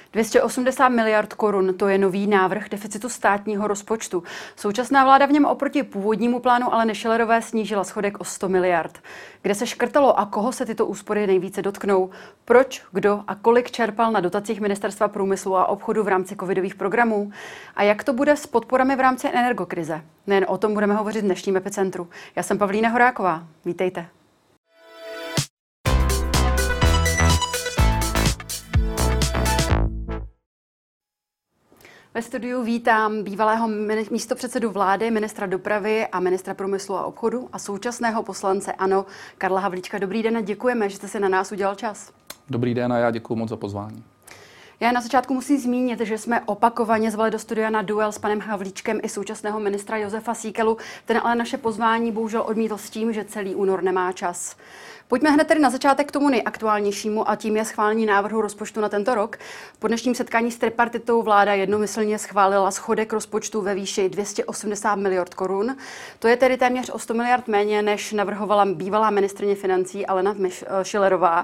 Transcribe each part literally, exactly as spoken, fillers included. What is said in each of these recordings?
dvě stě osmdesát miliard korun, to je nový návrh deficitu státního rozpočtu. Současná vláda v něm oproti původnímu plánu ale Schillerové snížila schodek o sto miliard. Kde se škrtalo a koho se tyto úspory nejvíce dotknou? Proč, kdo a kolik čerpal na dotacích Ministerstva průmyslu a obchodu v rámci covidových programů? A jak to bude s podporami v rámci energokrize? Nejen o tom budeme hovořit v dnešním Epicentru. Já jsem Pavlína Horáková. Vítejte. Ve studiu vítám bývalého místopředsedu vlády, ministra dopravy a ministra průmyslu a obchodu a současného poslance ANO Karla Havlíčka. Dobrý den a děkujeme, že jste si na nás udělal čas. Dobrý den a já děkuji moc za pozvání. Já na začátku musím zmínit, že jsme opakovaně zvali do studia na duel s panem Havlíčkem i současného ministra Josefa Síkelu. Ten ale naše pozvání bohužel odmítl s tím, že celý únor nemá čas. Pojďme hned tedy na začátek k tomu nejaktuálnějšímu a tím je schválení návrhu rozpočtu na tento rok. Po dnešním setkání s tripartitou vláda jednomyslně schválila schodek rozpočtu ve výši dvě stě osmdesát miliard korun. To je tedy téměř o sto miliard méně, než navrhovala bývalá ministryně financí Alena Schillerová.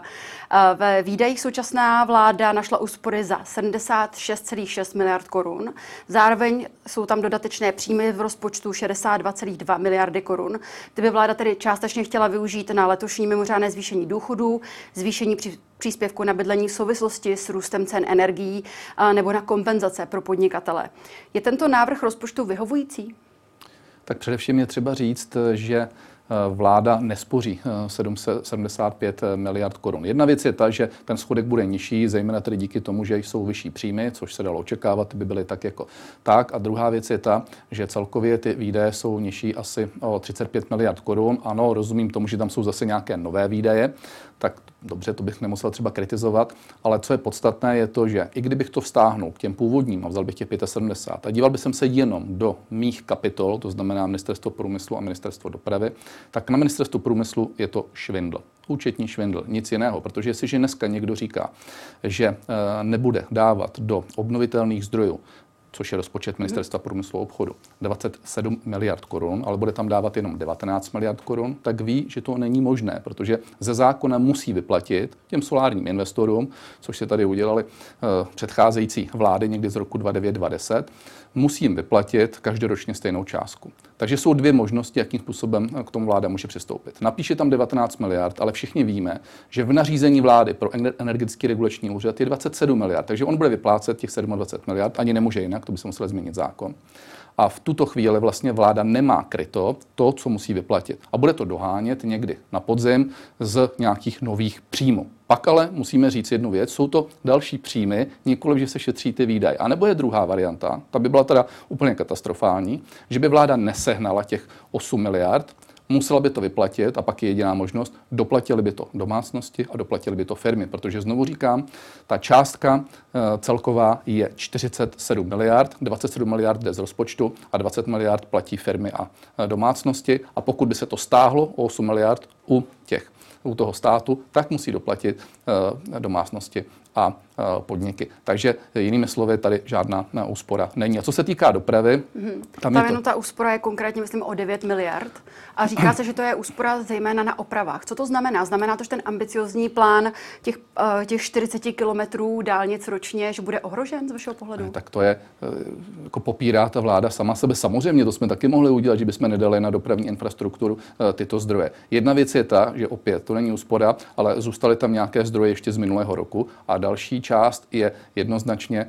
Ve výdajích současná vláda našla úspory za sedmdesát šest celá šest miliard korun. Zároveň jsou tam dodatečné příjmy v rozpočtu šedesát dva celá dva miliardy korun. Ty by vláda tedy částečně chtěla využít na letošní mimořádné zvýšení důchodů, zvýšení při příspěvku na bydlení v souvislosti s růstem cen energií nebo na kompenzace pro podnikatele. Je tento návrh rozpočtu vyhovující? Tak především je třeba říct, že vláda nespoří sedmdesát pět miliard korun. Jedna věc je ta, že ten schodek bude nižší, zejména tedy díky tomu, že jsou vyšší příjmy, což se dalo očekávat, by byly tak jako tak. A druhá věc je ta, že celkově ty výdaje jsou nižší asi o třicet pět miliard korun. Ano, rozumím tomu, že tam jsou zase nějaké nové výdaje, tak dobře, to bych nemusel třeba kritizovat, ale co je podstatné je to, že i kdybych to vztáhnul k těm původním a vzal bych těch sedmdesát pět a díval bych se jenom do mých kapitol, to znamená Ministerstvo průmyslu a Ministerstvo dopravy, tak na Ministerstvu průmyslu je to švindl. Účetní švindl, nic jiného, protože jestliže dneska někdo říká, že nebude dávat do obnovitelných zdrojů, což je rozpočet Ministerstva průmyslu a obchodu, dvacet sedm miliard korun, ale bude tam dávat jenom devatenáct miliard korun, tak ví, že to není možné, protože ze zákona musí vyplatit těm solárním investorům, což se tady udělali uh, předcházející vlády někdy z roku dva tisíce devět dva tisíce deset, musí jim vyplatit každoročně stejnou částku. Takže jsou dvě možnosti, jakým způsobem k tomu vláda může přistoupit. Napíše tam devatenáct miliard, ale všichni víme, že v nařízení vlády pro energetický regulační úřad je dvacet sedm miliard, takže on bude vyplácet těch dvacet sedm miliard, ani nemůže jinak, to by se musel změnit zákon. A v tuto chvíli vlastně vláda nemá kryto to, co musí vyplatit. A bude to dohánět někdy na podzim z nějakých nových příjmů. Pak ale musíme říct jednu věc, jsou to další příjmy, nikoliv, že se šetří ty výdaje. A nebo je druhá varianta, ta by byla teda úplně katastrofální, že by vláda nesehnala těch osm miliard, musela by to vyplatit a pak je jediná možnost, doplatili by to domácnosti a doplatili by to firmy, protože znovu říkám, ta částka e, celková je čtyřicet sedm miliard, dvacet sedm miliard jde z rozpočtu a dvacet miliard platí firmy a e, domácnosti a pokud by se to stáhlo o osm miliard u těch u toho státu, tak musí doplatit e, domácnosti a e, podniky. Takže jinými slovy tady žádná e, úspora není. A co se týká dopravy, mm-hmm. tam, tam je jenom to... ta úspora je konkrétně, myslím, o devět miliard a říká se, že to je úspora zejména na opravách. Co to znamená? Znamená to, že ten ambiciozní plán těch, e, těch čtyřicet kilometrů dálnic ročně, že bude ohrožen z vašeho pohledu? Ne, tak to je, e, jako popírá ta vláda sama sebe. Samozřejmě to jsme taky mohli udělat, že bychom nedali na dopravní infrastrukturu e, tyto zdroje. Jedna věc je ta, že opět to není úspora, ale zůstaly tam nějaké zdroje ještě z minulého roku a další část je jednoznačně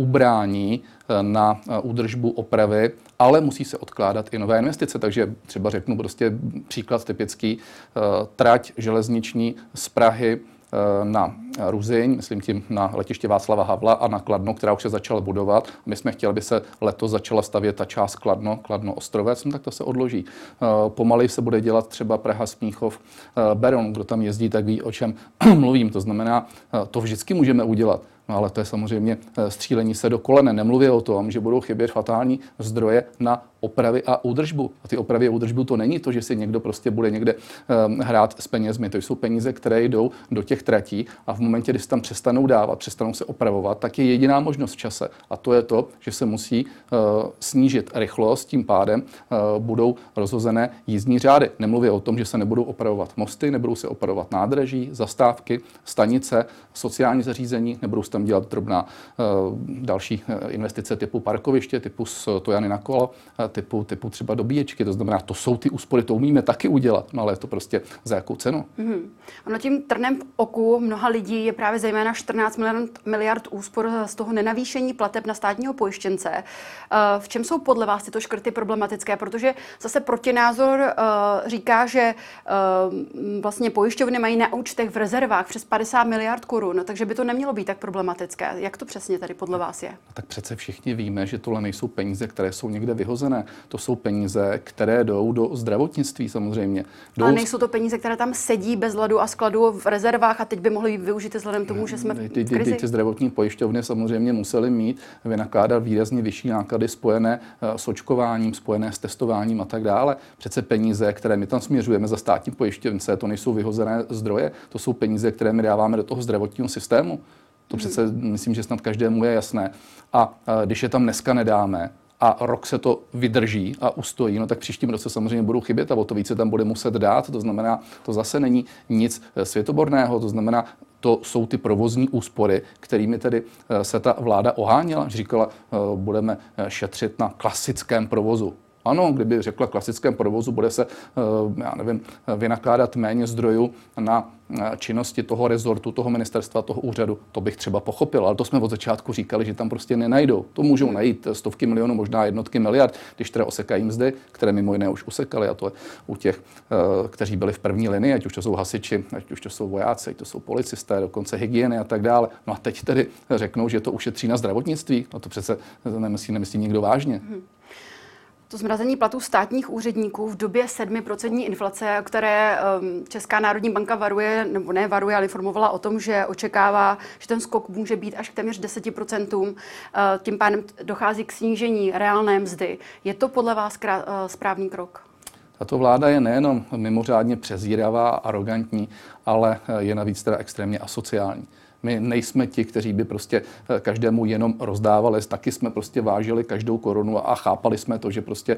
ubrání na údržbu opravy, ale musí se odkládat i nové investice. Takže třeba řeknu prostě příklad typický, trať železniční z Prahy na Ruzyň, myslím tím na letiště Václava Havla a na Kladno, která už se začala budovat. My jsme chtěli, aby se letos začala stavět ta část Kladno, Kladno Ostrovec, no tak to se odloží. Pomaleji se bude dělat třeba Praha Smíchov Beroun, kdo tam jezdí, tak ví, o čem mluvím. To znamená, to vždycky můžeme udělat. No ale to je samozřejmě střílení se do kolene. Nemluvě o tom, že budou chybět fatální zdroje na opravy a údržbu. A ty opravy a údržbu to není to, že si někdo prostě bude někde um, hrát s penězmi. To jsou peníze, které jdou do těch tratí a v momentě, kdy se tam přestanou dávat, přestanou se opravovat, tak je jediná možnost v čase. A to je to, že se musí uh, snížit rychlost, tím pádem uh, budou rozhozené jízdní řády. Nemluvě o tom, že se nebudou opravovat mosty, nebudou se opravovat nádraží, zastávky, stanice, sociální zařízení, nebudou se tam dělat drobná uh, další uh, investice typu parkoviště, typu stojany na kolo, uh, typu, typu třeba dobíječky. To znamená, to jsou ty úspory, to umíme taky udělat, no ale je to prostě za jakou cenu. Mm-hmm. Ono tím trnem v oku mnoha lidí je právě zejména čtrnáct miliard, miliard úspor z toho nenavýšení plateb na státního pojištěnce. Uh, v čem jsou podle vás tyto škrty problematické? Protože zase protinázor uh, říká, že uh, vlastně pojišťovny mají na účtech v rezervách přes padesát miliard korun, takže by to nemělo být tak problematické. Jak to přesně tady podle vás je? Tak přece všichni víme, že tohle nejsou peníze, které jsou někde vyhozené. To jsou peníze, které jdou do zdravotnictví samozřejmě. Jdou... Ale nejsou to peníze, které tam sedí bez ladu a skladu v rezervách a teď by mohly být využity vzhledem tomu, že jsme v krizi? Ty zdravotní pojišťovny samozřejmě musely mít, vynakládat výrazně vyšší náklady spojené s očkováním, spojené s testováním a tak dále. Přece peníze, které my tam směřujeme za státní pojišťovnice, to nejsou vyhozené zdroje, to jsou peníze, které my dáváme do toho zdravotního systému. To přece myslím, že snad každému je jasné. A když je tam dneska nedáme, a rok se to vydrží a ustojí, no tak příštím roce samozřejmě budou chybět a o to více tam bude muset dát. To znamená, to zase není nic světoborného, to znamená, to jsou ty provozní úspory, kterými tedy se ta vláda oháněla. Říkala, budeme šetřit na klasickém provozu. Ano, kdyby řekla klasickém provozu, bude se, já nevím, vynakládat méně zdrojů na činnosti toho rezortu, toho ministerstva, toho úřadu, to bych třeba pochopil, ale to jsme od začátku říkali, že tam prostě nenajdou. To můžou najít stovky milionů, možná jednotky miliard, když teda osekají mzdy, které mimo jiné už usekali, a to je u těch, kteří byli v první linii, ať už to jsou hasiči, ať už to jsou vojáci, ať to jsou policisté, dokonce hygieny a tak dále. No a teď tedy řeknou, že to ušetří na zdravotnictví, no to přece nemyslí, nemyslí nikdo vážně. Hmm. To zmrazení platů státních úředníků v době sedmi procent inflace, o které Česká národní banka varuje, nebo ne varuje, ale informovala o tom, že očekává, že ten skok může být až k téměř deseti procentům. Tím pádem dochází k snížení reálné mzdy. Je to podle vás správný krok? Tato vláda je nejenom mimořádně přezíravá, arrogantní, ale je navíc teda extrémně asociální. My nejsme ti, kteří by prostě každému jenom rozdávali, taky jsme prostě vážili každou korunu a chápali jsme to, že prostě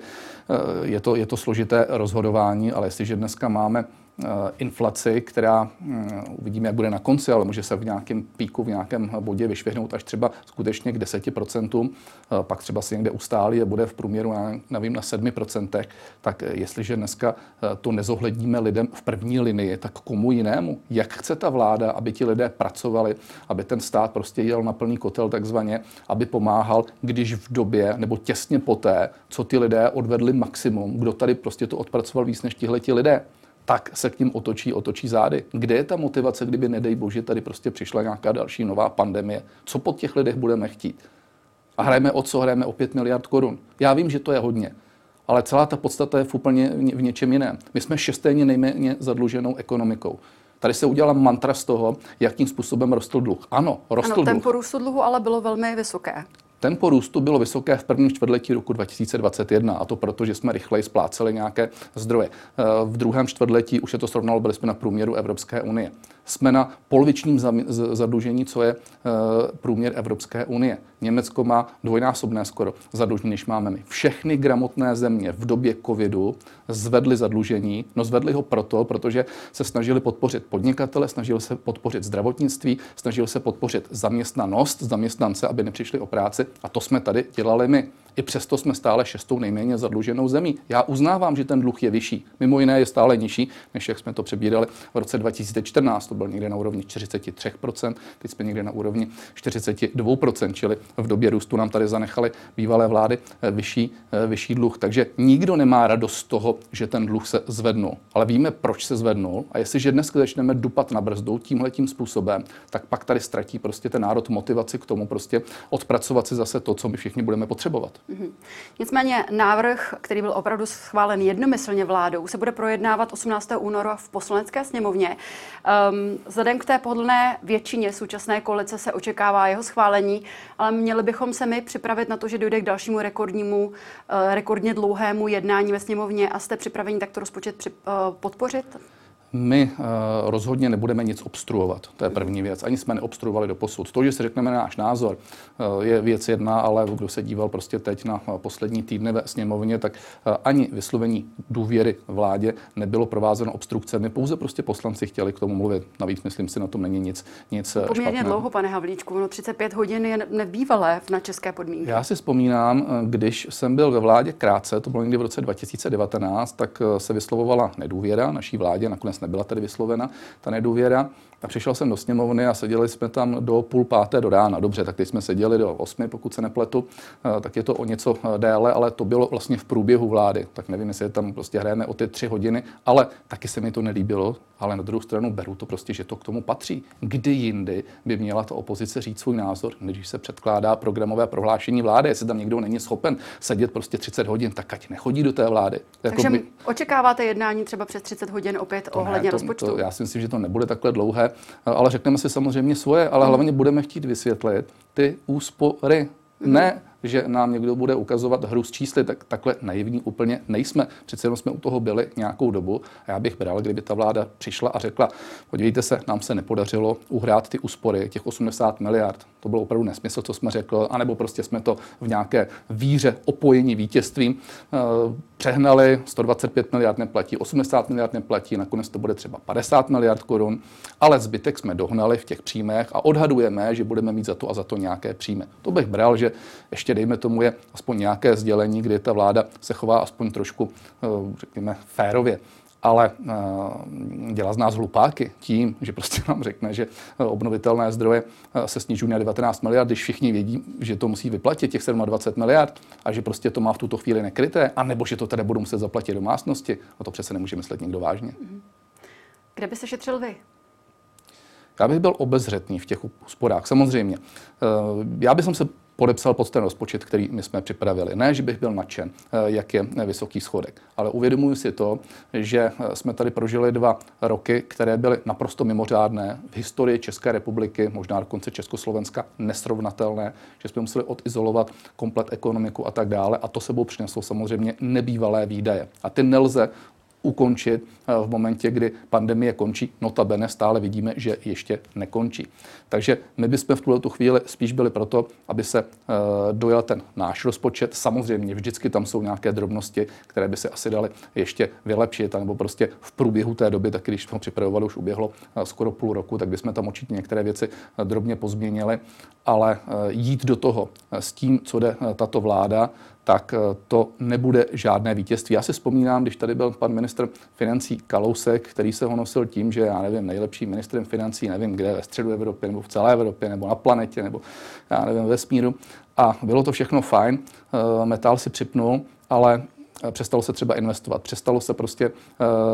je to, je to složité rozhodování, ale jestliže dneska máme inflaci, která uvidíme, jak bude na konci, ale může se v nějakém píku, v nějakém bodě vyšvihnout až třeba skutečně k deseti procentům, pak třeba si někde ustálí a bude v průměru, nevím, na sedmi procentech, tak jestliže dneska to nezohledníme lidem v první linii, tak komu jinému? Jak chce ta vláda, aby ti lidé pracovali, aby ten stát prostě jel na plný kotel takzvaně, aby pomáhal, když v době nebo těsně poté, co ty lidé odvedli maximum, kdo tady prostě to odpracoval víc než tihleti lidé, tak se k ním otočí, otočí zády. Kde je ta motivace, kdyby, nedej bože, tady prostě přišla nějaká další nová pandemie? Co po těch lidech budeme chtít? A hrajeme o co? Hrajeme o pět miliard korun. Já vím, že to je hodně, ale celá ta podstata je v úplně v něčem jiném. My jsme šesténě nejméně zadluženou ekonomikou. Tady se udělala mantra z toho, jakým způsobem rostl dluh. Ano, rostl ano, dluh. Tempo růstu dluhu ale bylo velmi vysoké. Tempo růstu bylo vysoké v prvním čtvrtletí roku dva tisíce dvacet jedna, a to proto, že jsme rychleji spláceli nějaké zdroje. V druhém čtvrtletí už se to srovnalo, byli jsme na průměru Evropské unie. Jsme na polovičním zadlužení, co je průměr Evropské unie. Německo má dvojnásobné skoro zadlužení, než máme my. Všechny gramotné země v době covidu zvedly zadlužení. No zvedly ho proto, protože se snažili podpořit podnikatele, snažili se podpořit zdravotnictví, snažili se podpořit zaměstnanost, zaměstnance, aby nepřišli o práci. A to jsme tady dělali my. I přesto jsme stále šestou nejméně zadluženou zemí. Já uznávám, že ten dluh je vyšší. Mimo jiné je stále nižší, než jak jsme to přebírali v roce dva tisíce čtrnáct. To byl někde na úrovni čtyřicet tři procent, teď jsme někde na úrovni čtyřicet dva procent, čili v době růstu nám tady zanechaly bývalé vlády vyšší, vyšší dluh. Takže nikdo nemá radost z toho, že ten dluh se zvednul. Ale víme, proč se zvednul. A jestliže dnes začneme dupat na brzdu tímhletím způsobem, tak pak tady ztratí prostě ten národ motivaci k tomu prostě odpracovat si zase to, co my všichni budeme potřebovat. Mm-hmm. Nicméně návrh, který byl opravdu schválen jednomyslně vládou, se bude projednávat osmnáctého února v Poslanecké sněmovně. Um, vzhledem k té pohodlné většině současné koalice se očekává jeho schválení, ale měli bychom se my připravit na to, že dojde k dalšímu rekordnímu, uh, rekordně dlouhému jednání ve sněmovně, a jste připraveni takto rozpočet při, uh, podpořit? My uh, rozhodně nebudeme nic obstruovat, to je první věc. Ani jsme neobstruovali doposud. To, že si řekneme náš názor, uh, je věc jedna, ale kdo se díval prostě teď na uh, poslední týdny ve sněmovně, tak uh, ani vyslovení důvěry vládě nebylo provázeno obstrukcemi. Pouze prostě poslanci chtěli k tomu mluvit. Navíc, myslím si, na tom není nic, nic Poměrně špatného. dlouho, pane Havlíčku, no třicet pět hodin je nebývalé na české podmínky. Já si vzpomínám, když jsem byl ve vládě krátce, to bylo někdy v roce dva tisíce devatenáct, tak se vyslovovala nedůvěra naší vládě, nakonec nebyla tedy vyslovena ta nedůvěra. A přišel jsem do sněmovny a seděli jsme tam do půl páté do rána. Dobře, tak teď jsme seděli do osmi, pokud se nepletu, tak je to o něco déle, ale to bylo vlastně v průběhu vlády. Tak nevím, jestli tam prostě hrajeme o ty tři hodiny, ale taky se mi to nelíbilo, ale na druhou stranu beru to prostě, že to k tomu patří. Kdy jindy by měla ta opozice říct svůj názor, když se předkládá programové prohlášení vlády, jestli tam někdo není schopen sedět prostě třicet hodin, tak ať nechodí do té vlády. Takže jako by... očekáváte jednání třeba přes třicet hodin opět to ohledně ne, to, rozpočtu? To, já si myslím, že to nebude takhle dlouhé, ale řekneme si samozřejmě svoje, ale hlavně budeme chtít vysvětlit ty úspory. Ne, že nám někdo bude ukazovat hru s čísly, tak takhle naivní úplně nejsme. Přece jenom jsme u toho byli nějakou dobu a já bych bral, kdyby ta vláda přišla a řekla, podívejte se, nám se nepodařilo uhrát ty úspory, těch osmdesát miliard. To bylo opravdu nesmysl, co jsme řekli, anebo prostě jsme to v nějaké víře opojení vítězstvím přehnali, sto dvacet pět miliard neplatí, osmdesát miliard neplatí, nakonec to bude třeba padesát miliard korun, ale zbytek jsme dohnali v těch příjmech a odhadujeme, že budeme mít za to a za to nějaké příjmy. To bych bral, že ještě dejme tomu je aspoň nějaké sdělení, kdy ta vláda se chová aspoň trošku, řekněme, férově. Ale dělá z nás hlupáky tím, že prostě nám řekne, že obnovitelné zdroje se snižují na devatenáct miliard, když všichni vědí, že to musí vyplatit těch dvacet sedm miliard a že prostě to má v tuto chvíli nekryté, anebo že to tedy budou muset zaplatit domácnosti. A to přece nemůže myslet nikdo vážně. Kde by se šetřil vy? Já bych byl obezřetný v těch úsporách, samozřejmě. Já bych se podepsal pod ten rozpočet, který my jsme připravili. Ne, že bych byl nadšen, jak je vysoký schodek, ale uvědomuji si to, že jsme tady prožili dva roky, které byly naprosto mimořádné v historii České republiky, možná dokonce Československa nesrovnatelné, že jsme museli odizolovat komplet ekonomiku a tak dále a to sebou přineslo samozřejmě nebývalé výdaje. A ty nelze ukončit v momentě, kdy pandemie končí. Notabene stále vidíme, že ještě nekončí. Takže my bychom v tuto chvíli spíš byli proto, aby se dojel ten náš rozpočet. Samozřejmě vždycky tam jsou nějaké drobnosti, které by se asi daly ještě vylepšit, nebo prostě v průběhu té doby, tak když jsme ho připravovali, už uběhlo skoro půl roku, tak bychom tam určitě některé věci drobně pozměnili, ale jít do toho s tím, co jde tato vláda, tak to nebude žádné vítězství. Já si vzpomínám, když tady byl pan ministr financí Kalousek, který se honosil tím, že já nevím, nejlepším ministrem financí, nevím kde, ve středu Evropy, nebo v celé Evropě, nebo na planetě, nebo já nevím, ve vesmíru. A bylo to všechno fajn, metal si připnul, ale přestalo se třeba investovat, přestalo se prostě uh,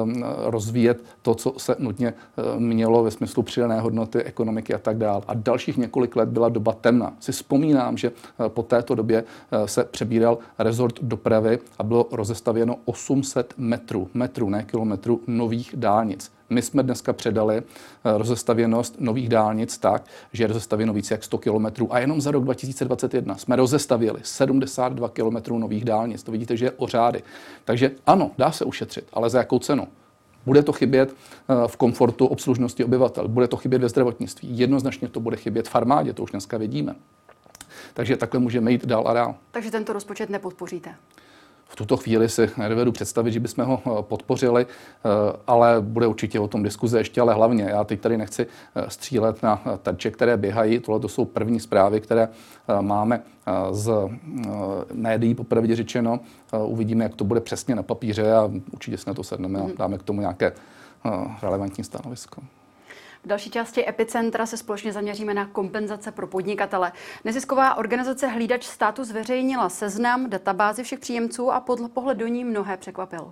rozvíjet to, co se nutně uh, mělo ve smyslu přidané hodnoty ekonomiky a tak dále. A dalších několik let byla doba temna. Si vzpomínám, že uh, po této době uh, se přebíral rezort dopravy a bylo rozestavěno osm set metrů, metrů, ne kilometrů nových dálnic. My jsme dneska předali rozestavěnost nových dálnic tak, že je rozestavěno více jak sto kilometrů a jenom za rok dva tisíce dvacet jedna jsme rozestavěli sedmdesát dva kilometrů nových dálnic. To vidíte, že je o řády. Takže ano, dá se ušetřit, ale za jakou cenu? Bude to chybět v komfortu obslužnosti obyvatel, bude to chybět ve zdravotnictví, jednoznačně to bude chybět v armádě, to už dneska vidíme. Takže takhle můžeme jít dál a dál. Takže tento rozpočet nepodpoříte? V tuto chvíli si nedovedu představit, že bychom ho podpořili, ale bude určitě o tom diskuze ještě, ale hlavně já teď tady nechci střílet na terče, které běhají. Tohle to jsou první zprávy, které máme z médií, popravdě řečeno. Uvidíme, jak to bude přesně na papíře a určitě si na to sedneme a dáme k tomu nějaké relevantní stanovisko. V další části Epicentra se společně zaměříme na kompenzace pro podnikatele. Nezisková organizace Hlídač státu zveřejnila seznam databázy všech příjemců a podle pohled do ní mnohé překvapil.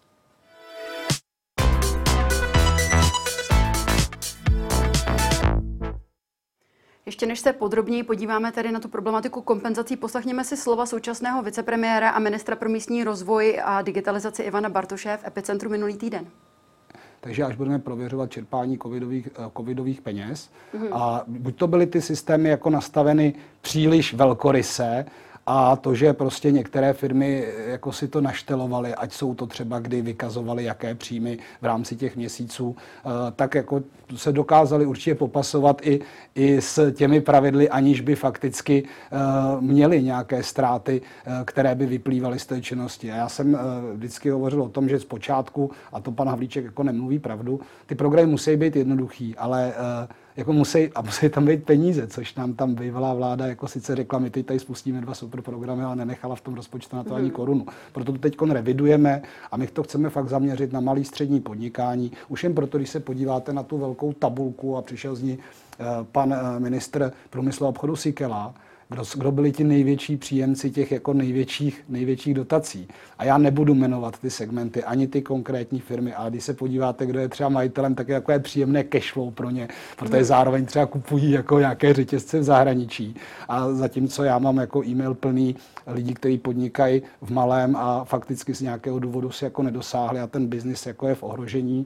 Ještě než se podrobněji podíváme tedy na tu problematiku kompenzací, poslechněme si slova současného vicepremiéra a ministra pro místní rozvoj a digitalizaci Ivana Bartoše v Epicentru minulý týden. Takže až budeme prověřovat čerpání covidových, covidových peněz, mm-hmm. a buď to byly ty systémy jako nastaveny příliš velkoryse, A to, že prostě některé firmy jako si to naštelovaly, ať jsou to třeba, kdy vykazovaly, jaké příjmy v rámci těch měsíců, tak jako se dokázali určitě popasovat i, i s těmi pravidly, aniž by fakticky měli nějaké ztráty, které by vyplývaly z té činnosti. A já jsem vždycky hovořil o tom, že zpočátku, a to pan Havlíček jako nemluví pravdu, ty programy musí být jednoduchý, ale jako musí, a musí tam být peníze, což nám tam bývalá vláda jako sice řekla, my teď tady spustíme dva super programy, ale nenechala v tom rozpočtu na to ani korunu. Proto to teď revidujeme a my to chceme fakt zaměřit na malý střední podnikání. Už jen proto, když se podíváte na tu velkou tabulku a přišel z ní pan ministr průmyslu a obchodu Síkela, Kdo, kdo byli ti největší příjemci těch jako největších, největších dotací. A já nebudu jmenovat ty segmenty, ani ty konkrétní firmy, ale když se podíváte, kdo je třeba majitelem, tak je takové příjemné cashflow pro ně, protože zároveň třeba kupují jako nějaké řetězce v zahraničí. A zatímco já mám jako e-mail plný lidí, kteří podnikají v malém a fakticky z nějakého důvodu si jako nedosáhli a ten biznis jako je v ohrožení.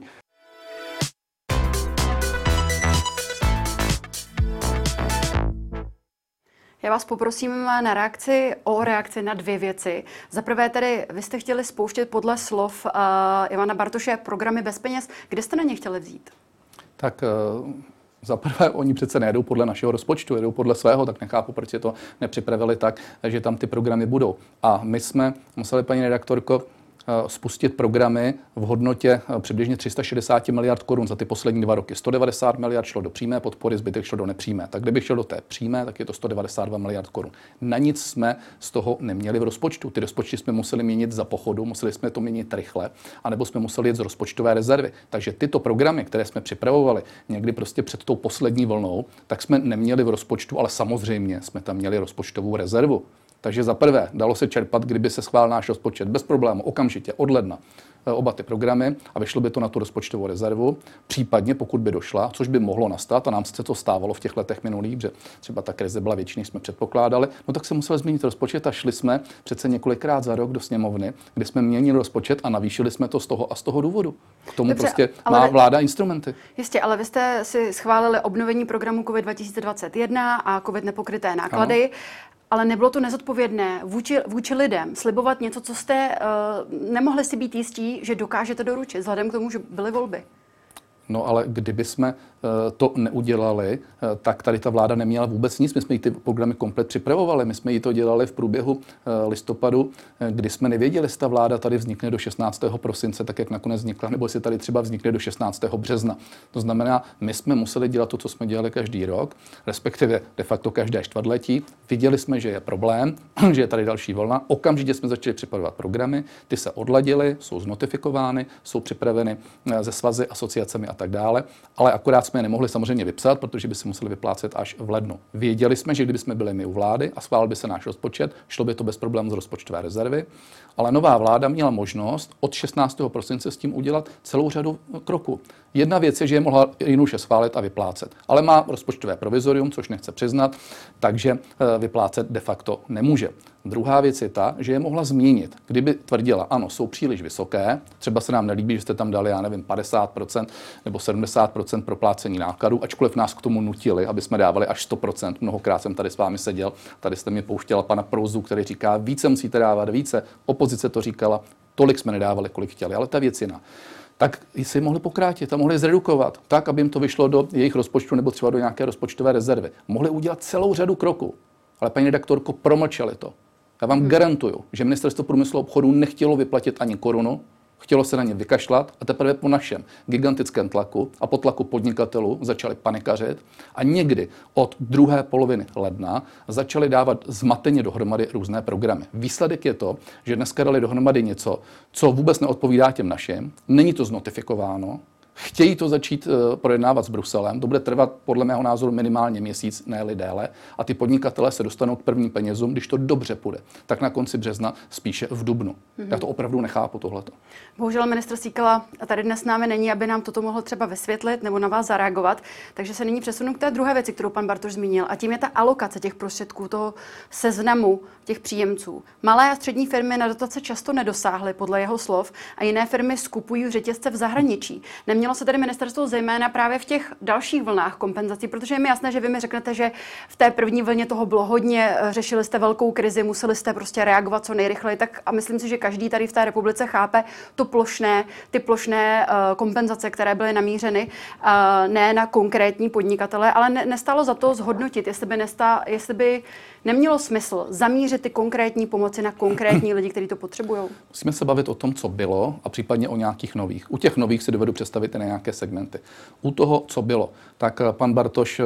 Já vás poprosím na reakci o reakci na dvě věci. Za prvé tedy, vy jste chtěli spouštět podle slov uh, Ivana Bartoše programy bez peněz. Kde jste na ně chtěli vzít? Tak uh, za prvé, oni přece nejedou podle našeho rozpočtu, jedou podle svého, tak nechápu, proč je to nepřipravili tak, že tam ty programy budou. A my jsme museli, paní redaktorko, spustit programy v hodnotě přibližně tři sta šedesát miliard korun za ty poslední dva roky. sto devadesát miliard šlo do přímé podpory, zbytek šlo do nepřímé. Tak kdybych šel do té přímé, tak je to sto devadesát dva miliard korun. Na nic jsme z toho neměli v rozpočtu. Ty rozpočty jsme museli měnit za pochodu, museli jsme to měnit rychle, anebo jsme museli jít z rozpočtové rezervy. Takže tyto programy, které jsme připravovali někdy prostě před tou poslední vlnou, tak jsme neměli v rozpočtu, ale samozřejmě jsme tam měli rozpočtovou rezervu. Takže za prvé, dalo se čerpat, kdyby se schválil náš rozpočet bez problému, okamžitě, od ledna, oba ty programy a vyšlo by to na tu rozpočtovou rezervu, případně pokud by došla, což by mohlo nastat, a nám se to stávalo v těch letech minulých, že třeba ta krize byla větší, než jsme předpokládali, no tak se musel změnit rozpočet a šli jsme přece několikrát za rok do sněmovny, kde jsme měnili rozpočet a navýšili jsme to z toho a z toho důvodu. K tomu Dobře, prostě má vláda instrumenty. Jistě, ale vy jste si schválili obnovení programu COVID dva tisíce dvacet jedna a COVID nepokryté náklady. Ano. Ale nebylo to nezodpovědné vůči, vůči lidem slibovat něco, co jste uh, nemohli si být jistí, že dokážete doručit, vzhledem k tomu, že byly volby. No ale kdyby jsme to neudělali, tak tady ta vláda neměla vůbec nic. My jsme jí ty programy komplet připravovali. My jsme jí to dělali v průběhu listopadu, kdy jsme nevěděli, jestli ta vláda tady vznikne do šestnáctého prosince, tak jak nakonec vznikla, nebo jestli tady třeba vznikne do šestnáctého března. To znamená, my jsme museli dělat to, co jsme dělali každý rok, respektive de facto každé čtvrtletí. Viděli jsme, že je problém, že je tady další vlna. Okamžitě jsme začali připravovat programy, ty se odladily, jsou znotifikovány, jsou připraveny ze svazy, asociacemi a tak dále, ale akorát jsme je nemohli samozřejmě vypsat, protože by se museli vyplácet až v lednu. Věděli jsme, že kdyby jsme byli my u vlády a schválil by se náš rozpočet, šlo by to bez problémů z rozpočtové rezervy, ale nová vláda měla možnost od šestnáctého prosince s tím udělat celou řadu kroků. Jedna věc je, že je mohla jednoduše schválit a vyplácet, ale má rozpočtové provizorium, což nechce přiznat, takže vyplácet de facto nemůže. Druhá věc je ta, že je mohla změnit. Kdyby tvrdila, ano, jsou příliš vysoké, třeba se nám nelíbí, že jste tam dali, já nevím, padesát procent nebo sedmdesát procent proplácení nákladů, ačkoliv nás k tomu nutili, aby jsme dávali až sto procent. Mnohokrát jsem tady s vámi seděl, tady jste mě pouštěla pana Prouzu, který říká, více musíte dávat, více. Opozice to říkala, tolik jsme nedávali, kolik chtěli, ale ta věc jiná. Tak si mohli pokrátit a mohli zredukovat tak, aby jim to vyšlo do jejich rozpočtu nebo třeba do nějaké rozpočtové rezervy. Mohli udělat celou řadu kroků, ale paní redaktorko, promlčeli to. Já vám hmm. garantuju, že Ministerstvo průmyslu a obchodu nechtělo vyplatit ani korunu, chtělo se na ně vykašlat a teprve po našem gigantickém tlaku a po tlaku podnikatelů začali panikařit a někdy od druhé poloviny ledna začali dávat zmateně dohromady různé programy. Výsledek je to, že dneska dali dohromady něco, co vůbec neodpovídá těm našim, není to znotifikováno, chtějí to začít uh, projednávat s Bruselem, to bude trvat podle mého názoru minimálně měsíc, ne-li déle, a ty podnikatelé se dostanou k prvním penězům, když to dobře půjde, tak na konci března, spíše v dubnu. Mm-hmm. Já to opravdu nechápu tohleto. Bohužel ministr Síkela tady dnes s námi není, aby nám toto mohl třeba vysvětlit nebo na vás zareagovat, takže se nyní přesunu k té druhé věci, kterou pan Bartoš zmínil, a tím je ta alokace těch prostředků, toho seznamu těch příjemců. Malé a střední firmy na dotace často nedosáhly podle jeho slov a jiné firmy skupují řetězce v zahraničí. Nemělo změnilo se tedy ministerstvo zejména právě v těch dalších vlnách kompenzací, protože je mi jasné, že vy mi řeknete, že v té první vlně toho bylo hodně, řešili jste velkou krizi, museli jste prostě reagovat co nejrychleji, tak a myslím si, že každý tady v té republice chápe to plošné, ty plošné uh, kompenzace, které byly namířeny uh, ne na konkrétní podnikatele, ale ne, nestalo za to zhodnotit, jestli by, nestá, jestli by nemělo smysl zamířit ty konkrétní pomoci na konkrétní lidi, kteří to potřebují. Musíme se bavit o tom, co bylo a případně o nějakých nových. U těch nových si dovedu představit i na nějaké segmenty. U toho, co bylo, tak pan Bartoš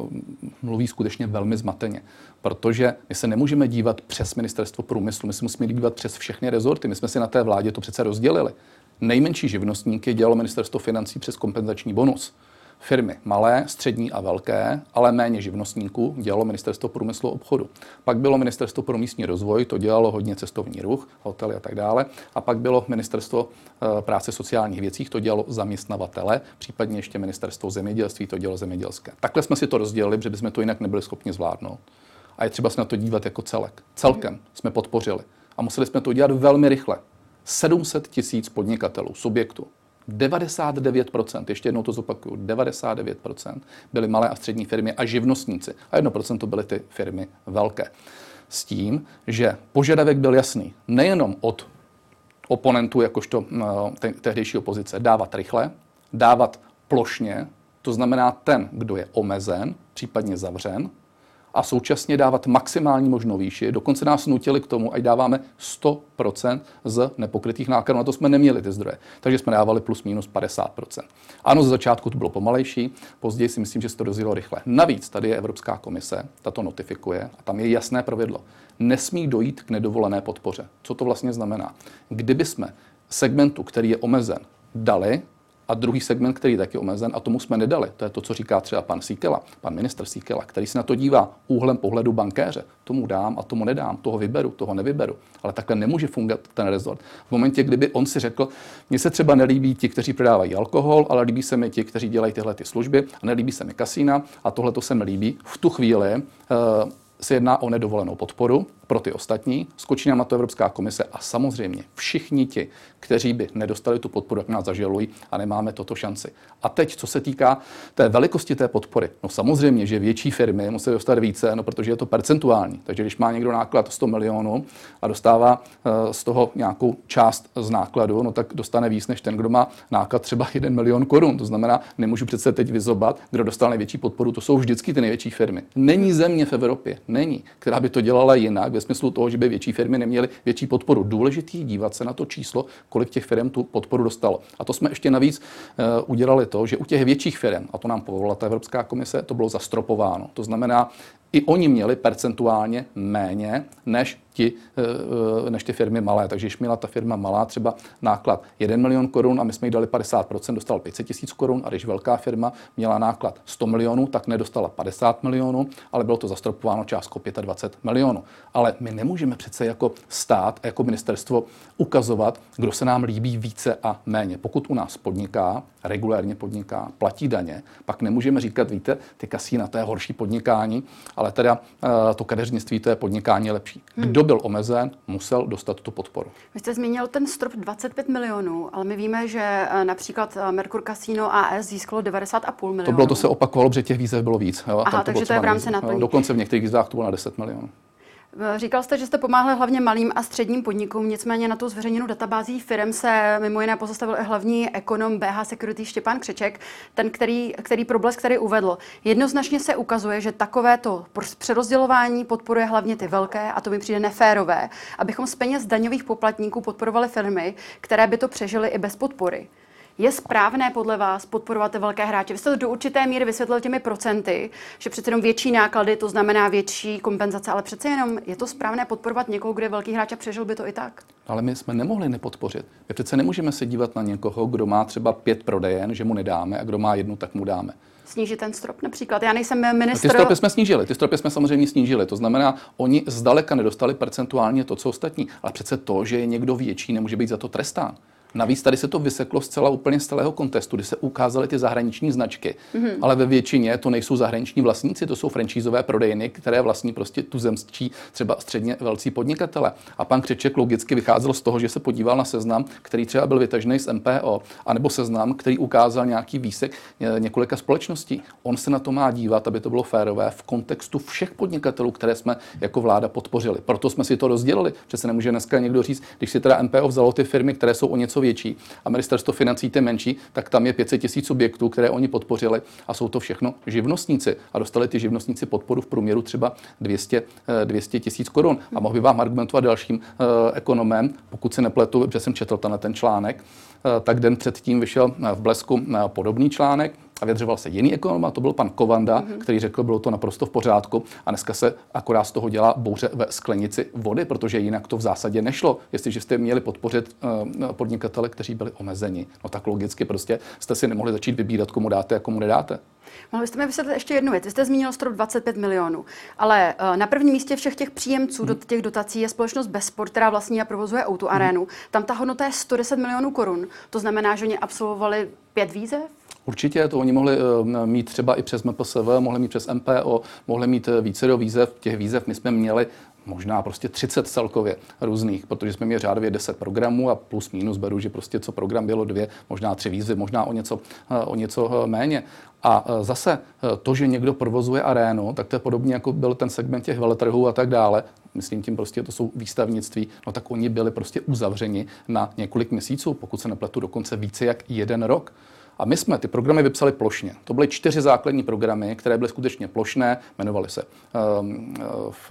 mluví skutečně velmi zmateně, protože my se nemůžeme dívat přes ministerstvo průmyslu, my se musíme dívat přes všechny rezorty. My jsme si na té vládě to přece rozdělili. Nejmenší živnostníky dělalo ministerstvo financí přes kompenzační bonus. Firmy malé, střední a velké, ale méně živnostníků dělalo ministerstvo průmyslu a obchodu. Pak bylo ministerstvo pro místní rozvoj, to dělalo hodně cestovní ruch, hotely a tak dále. A pak bylo ministerstvo práce sociálních věcí, to dělalo zaměstnavatele, případně ještě ministerstvo zemědělství, to dělalo zemědělské. Takhle jsme si to rozdělili, protože bychom to jinak nebyli schopni zvládnout. A je třeba se na to dívat jako celek. Celkem jsme podpořili. A museli jsme to dělat velmi rychle. sedm set tisíc podnikatelů, subjektů. devadesát devět procent, ještě jednou to zopakuju, devadesát devět procent byly malé a střední firmy a živnostníci a jedno procento byly ty firmy velké. S tím, že požadavek byl jasný nejenom od oponentů, jakožto te- tehdejší opozice, dávat rychle, dávat plošně, to znamená ten, kdo je omezen, případně zavřen, a současně dávat maximální možnou výši. Dokonce nás nutili k tomu, ať dáváme sto procent z nepokrytých nákladů. Na to jsme neměli ty zdroje. Takže jsme dávali plus minus padesát procent. Ano, ze začátku to bylo pomalejší, později si myslím, že se to rozjelo rychle. Navíc tady je Evropská komise, ta to notifikuje a tam je jasné pravidlo. Nesmí dojít k nedovolené podpoře. Co to vlastně znamená? Kdyby jsme segmentu, který je omezen, dali, a druhý segment, který je taky omezen, a tomu jsme nedali. To je to, co říká třeba pan Síkela, pan ministr Síkela, který se na to dívá úhlem pohledu bankéře. Tomu dám a tomu nedám, toho vyberu, toho nevyberu. Ale takhle nemůže fungovat ten rezort. V momentě, kdyby on si řekl, mně se třeba nelíbí ti, kteří prodávají alkohol, ale líbí se mi ti, kteří dělají tyhle ty služby, a nelíbí se mi kasína, a tohle to se mi líbí. V tu chvíli uh, se jedná o nedovolenou podporu pro ty ostatní, skočí nám na to Evropská komise a samozřejmě všichni ti, kteří by nedostali tu podporu, jak nás zažalují a nemáme toto šanci. A teď, co se týká té velikosti té podpory, no samozřejmě, že větší firmy musí dostat více, no protože je to percentuální. Takže když má někdo náklad sto milionů a dostává uh, z toho nějakou část z nákladu, no tak dostane víc než ten, kdo má náklad třeba jeden milion korun. To znamená, nemůžu přece teď vyzobat, kdo dostal největší podporu, to jsou vždycky ty největší firmy. Není země v Evropě, není, která by to dělala jinak, ve smyslu toho, že by větší firmy neměly větší podporu. Důležitý dívat se na to číslo, kolik těch firm tu podporu dostalo. A to jsme ještě navíc uh, udělali to, že u těch větších firm, a to nám povolila ta Evropská komise, to bylo zastropováno. To znamená, i oni měli percentuálně méně než, ti, než ty firmy malé. Takže když měla ta firma malá třeba náklad jeden milion korun a my jsme jí dali padesát procent, dostala pět set tisíc korun, a když velká firma měla náklad sto milionů, tak nedostala padesát milionů, ale bylo to zastropováno částkou dvacet pět milionů. Ale my nemůžeme přece jako stát, jako ministerstvo ukazovat, kdo se nám líbí více a méně. Pokud u nás podniká, regulérně podniká, platí daně, pak nemůžeme říkat, víte, ty kasína, to je horší podnikání, ale teda to kadeřnictví, to je podnikání lepší. Kdo byl omezen, musel dostat tu podporu. Vy jste zmínil ten strop dvacet pět milionů, ale my víme, že například Mercur Casino A S získalo devadesát celá pět milionů. To bylo, to se opakovalo, protože těch výzev bylo víc. Jo, Aha, takže to je v rámci naplnění. Dokonce v některých výzvách to bylo na deset milionů. Říkal jste, že jste pomáhali hlavně malým a středním podnikům, nicméně na tu zveřejněnou databází firem se mimo jiné pozastavil i hlavní ekonom B H Security Štěpán Křeček, ten, který, který problesk který uvedl. Jednoznačně se ukazuje, že takovéto přerozdělování podporuje hlavně ty velké a to mi přijde neférové, abychom z peněz daňových poplatníků podporovali firmy, které by to přežily i bez podpory. Je správné podle vás podporovat ty velké hráče? Vy jste to do určité míry vysvětlil těmi procenty, že přece jenom větší náklady, to znamená větší kompenzace, ale přece jenom je to správné podporovat někoho, kde je velký hráč a přežil by to i tak? Ale my jsme nemohli nepodpořit. My přece nemůžeme se dívat na někoho, kdo má třeba pět prodejen, že mu nedáme, a kdo má jednu, tak mu dáme. Snížit ten strop například. Já nejsem ministr. Ty stropy jsme snížili, ty stropy jsme samozřejmě snížili. To znamená, oni zdaleka nedostali percentuálně to, co ostatní. Ale přece to, že je někdo větší, nemůže být za to trestán. Navíc tady se to vyseklo zcela úplně z celého kontextu, kdy se ukázaly ty zahraniční značky, mm-hmm. ale ve většině to nejsou zahraniční vlastníci, to jsou franšízové prodejny, které vlastní prostě tuzemští třeba středně velcí podnikatele. A pan Křeček logicky vycházel z toho, že se podíval na seznam, který třeba byl vytažený z M P O, anebo seznam, který ukázal nějaký výsek několika společností. On se na to má dívat, aby to bylo férové v kontextu všech podnikatelů, které jsme jako vláda podpořili. Proto jsme si to rozdělili. Přece nemůže dneska někdo říct, když si teda M P O vzalo ty firmy, které jsou o něco větší a ministerstvo financí ty menší, tak tam je pět set tisíc subjektů, které oni podpořili a jsou to všechno živnostníci a dostali ty živnostníci podporu v průměru třeba dvě stě tisíc korun. A mohl by vám argumentovat dalším uh, ekonomem, pokud se nepletu, protože jsem četl na ten článek, uh, tak den předtím vyšel v Blesku uh, podobný článek a vyjadřoval se jiný ekonom, a to byl pan Kovanda, mm-hmm. který řekl, bylo to naprosto v pořádku a dneska se akorát z toho dělá bouře ve sklenici vody, protože jinak to v zásadě nešlo. Jestliže jste měli podpořit uh, podnikatele, kteří byli omezeni, no tak logicky prostě jste si nemohli začít vybírat, komu dáte a komu nedáte. Mohli byste mi vysvětlit ještě jednu věc. Vy jste zmínil strop dvacet pět milionů, ale uh, na prvním místě všech těch příjemců hmm. do těch dotací je společnost Bezsport, která vlastní a provozuje O dva Arénu. Hmm. Tam ta hodnota je sto deset milionů korun. To znamená, že oni absolvovali pět výzev? Určitě, to oni mohli uh, mít třeba i přes M P S V, mohli mít přes M P O, mohli mít více do výzev. Těch výzev my jsme měli možná prostě třicet celkově různých, protože jsme měli řádově deset programů a plus minus beru, že prostě co program bylo dvě, možná tři výzvy, možná o něco, o něco méně. A zase to, že někdo provozuje arénu, tak to je podobně, jako byl ten segment těch veletrhů a tak dále. Myslím tím prostě, to jsou výstavnictví, no tak oni byli prostě uzavřeni na několik měsíců, pokud se nepletu dokonce více jak jeden rok. A my jsme ty programy vypsali plošně. To byly čtyři základní programy, které byly skutečně plošné, jmenovaly se um, v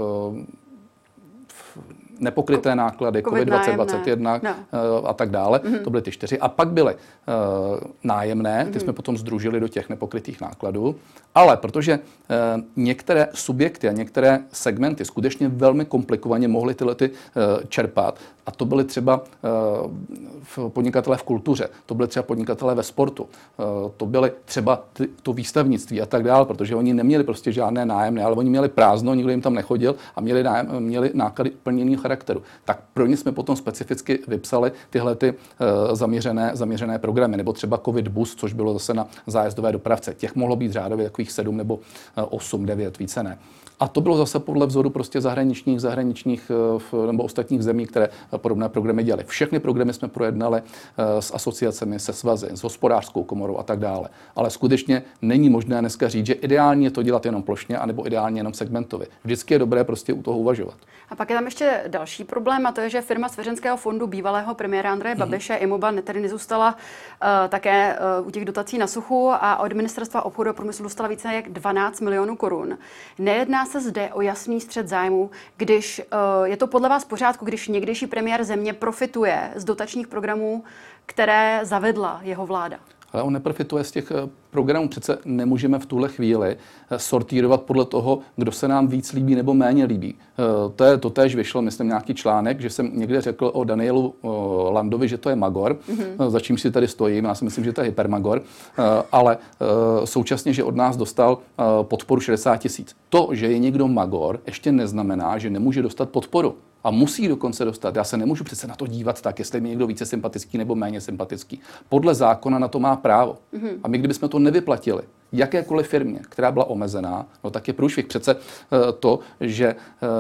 nepokryté náklady, COVID dvacet dvacet jedna no. a tak dále. Mm-hmm. To byly ty čtyři. A pak byly uh, nájemné, ty mm-hmm. jsme potom sdružili do těch nepokrytých nákladů. Ale protože uh, některé subjekty a některé segmenty skutečně velmi komplikovaně mohly tyhle ty, uh, čerpat, a to byly třeba uh, podnikatelé v kultuře, to byly třeba podnikatelé ve sportu, uh, to byly třeba ty, to výstavnictví a tak dále, protože oni neměli prostě žádné nájemné, ale oni měli prázdno, nikdo jim tam nechodil a měli, nájem, měli náklady úplně jiného charakteru. Tak pro ně jsme potom specificky vypsali tyhle ty, uh, zaměřené, zaměřené programy, nebo třeba COVID Bus, což bylo zase na zájezdové dopravce. Těch mohlo být řádově takových sedm nebo osm, devět, více ne. A to bylo zase podle vzoru prostě zahraničních, zahraničních nebo ostatních zemí, které podobné programy dělaly. Všechny programy jsme projednali s asociacemi, se svazy, s hospodářskou komorou a tak dále. Ale skutečně není možné dneska říct, že ideálně je to dělat jenom plošně, anebo ideálně jenom segmentově. Vždycky je dobré prostě u toho uvažovat. A pak je tam ještě další problém, a to je, že firma svěřenského fondu bývalého premiéra Andreje Babiše, mm-hmm. Imoba, tedy nezůstala uh, také uh, u těch dotací na suchu a od ministerstva obchodu a průmyslu dostala více jak dvanáct milionů korun. Nejedná se zde o jasný střet zájmů, když uh, je to podle vás v pořádku, když někdejší premiér země profituje z dotačních programů, které zavedla jeho vláda? Ale on neprofituje z těch programů. Přece nemůžeme v tuhle chvíli sortírovat podle toho, kdo se nám víc líbí nebo méně líbí. To je totéž vyšlo, myslím, nějaký článek, že jsem někde řekl o Danielu Landovi, že to je magor, mm-hmm. za čím si tady stojím. Já si myslím, že to je hypermagor, ale současně, že od nás dostal podporu šedesát tisíc. To, že je někdo magor, ještě neznamená, že nemůže dostat podporu. A musí dokonce dostat. Já se nemůžu přece na to dívat tak, jestli je mi někdo více sympatický nebo méně sympatický. Podle zákona na to má právo. Mm-hmm. A my, kdybychom to nevyplatili jakékoliv firmě, která byla omezená, no tak je průšvih. Přece to, že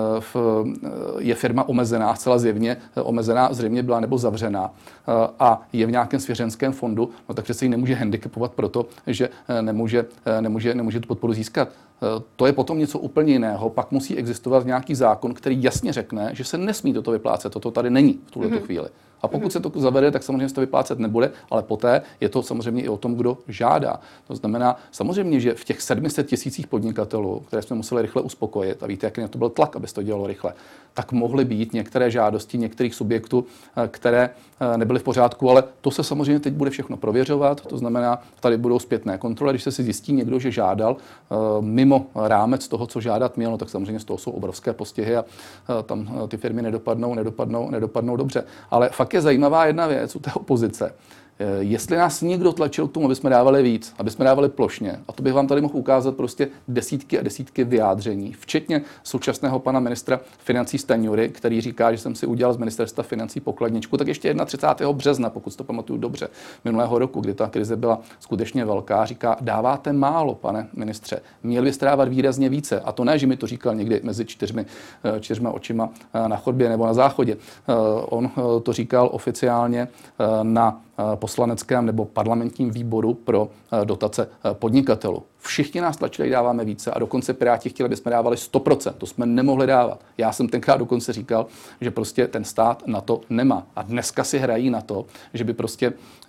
je firma omezená, zcela zjevně omezená, zřejmě byla nebo zavřená a je v nějakém svěřenském fondu, no tak přece ji nemůže handicapovat proto, že nemůže, nemůže, nemůže tu podporu získat. To je potom něco úplně jiného. Pak musí existovat nějaký zákon, který jasně řekne, že se nesmí toto vyplácet. Toto tady není v tuhle mm-hmm. chvíli. A pokud se to zavede, tak samozřejmě se to vyplácet nebude, ale poté je to samozřejmě i o tom, kdo žádá. To znamená samozřejmě, že v těch sedmi set tisících podnikatelů, které jsme museli rychle uspokojit, a víte, jaký na to byl tlak, aby se to dělalo rychle, tak mohly být některé žádosti některých subjektů, které nebyly v pořádku, ale to se samozřejmě teď bude všechno prověřovat. To znamená, tady budou zpětné kontroly. Když se si zjistí někdo, že žádal mimo rámec toho, co žádat měl, no, tak samozřejmě z toho jsou obrovské postihy a tam ty firmy nedopadnou, nedopadnou, nedopadnou dobře. Ale fakt je zajímavá jedna věc u té opozice, Jestli nás někdo tlačil k tomu, aby jsme dávali víc, aby jsme dávali plošně, a to bych vám tady mohl ukázat prostě desítky a desítky vyjádření, včetně současného pana ministra financí Stanjury, který říká, že jsem si udělal z ministerstva financí pokladničku, tak ještě třicátého prvního března, pokud si to pamatuju dobře, minulého roku, kdy ta krize byla skutečně velká, říká, dáváte málo, pane ministře, měli byste dávat výrazně více. A to ne, že mi to říkal někdy mezi čtyřmi, čtyřma očima na chodbě nebo na záchodě. On to říkal oficiálně na poslaneckém nebo parlamentním výboru pro dotace podnikatelů. Všichni nás tlačili, dáváme více a dokonce Piráti chtěli, aby jsme dávali sto procent. To jsme nemohli dávat. Já jsem tenkrát dokonce říkal, že prostě ten stát na to nemá. A dneska si hrají na to, že by prostě,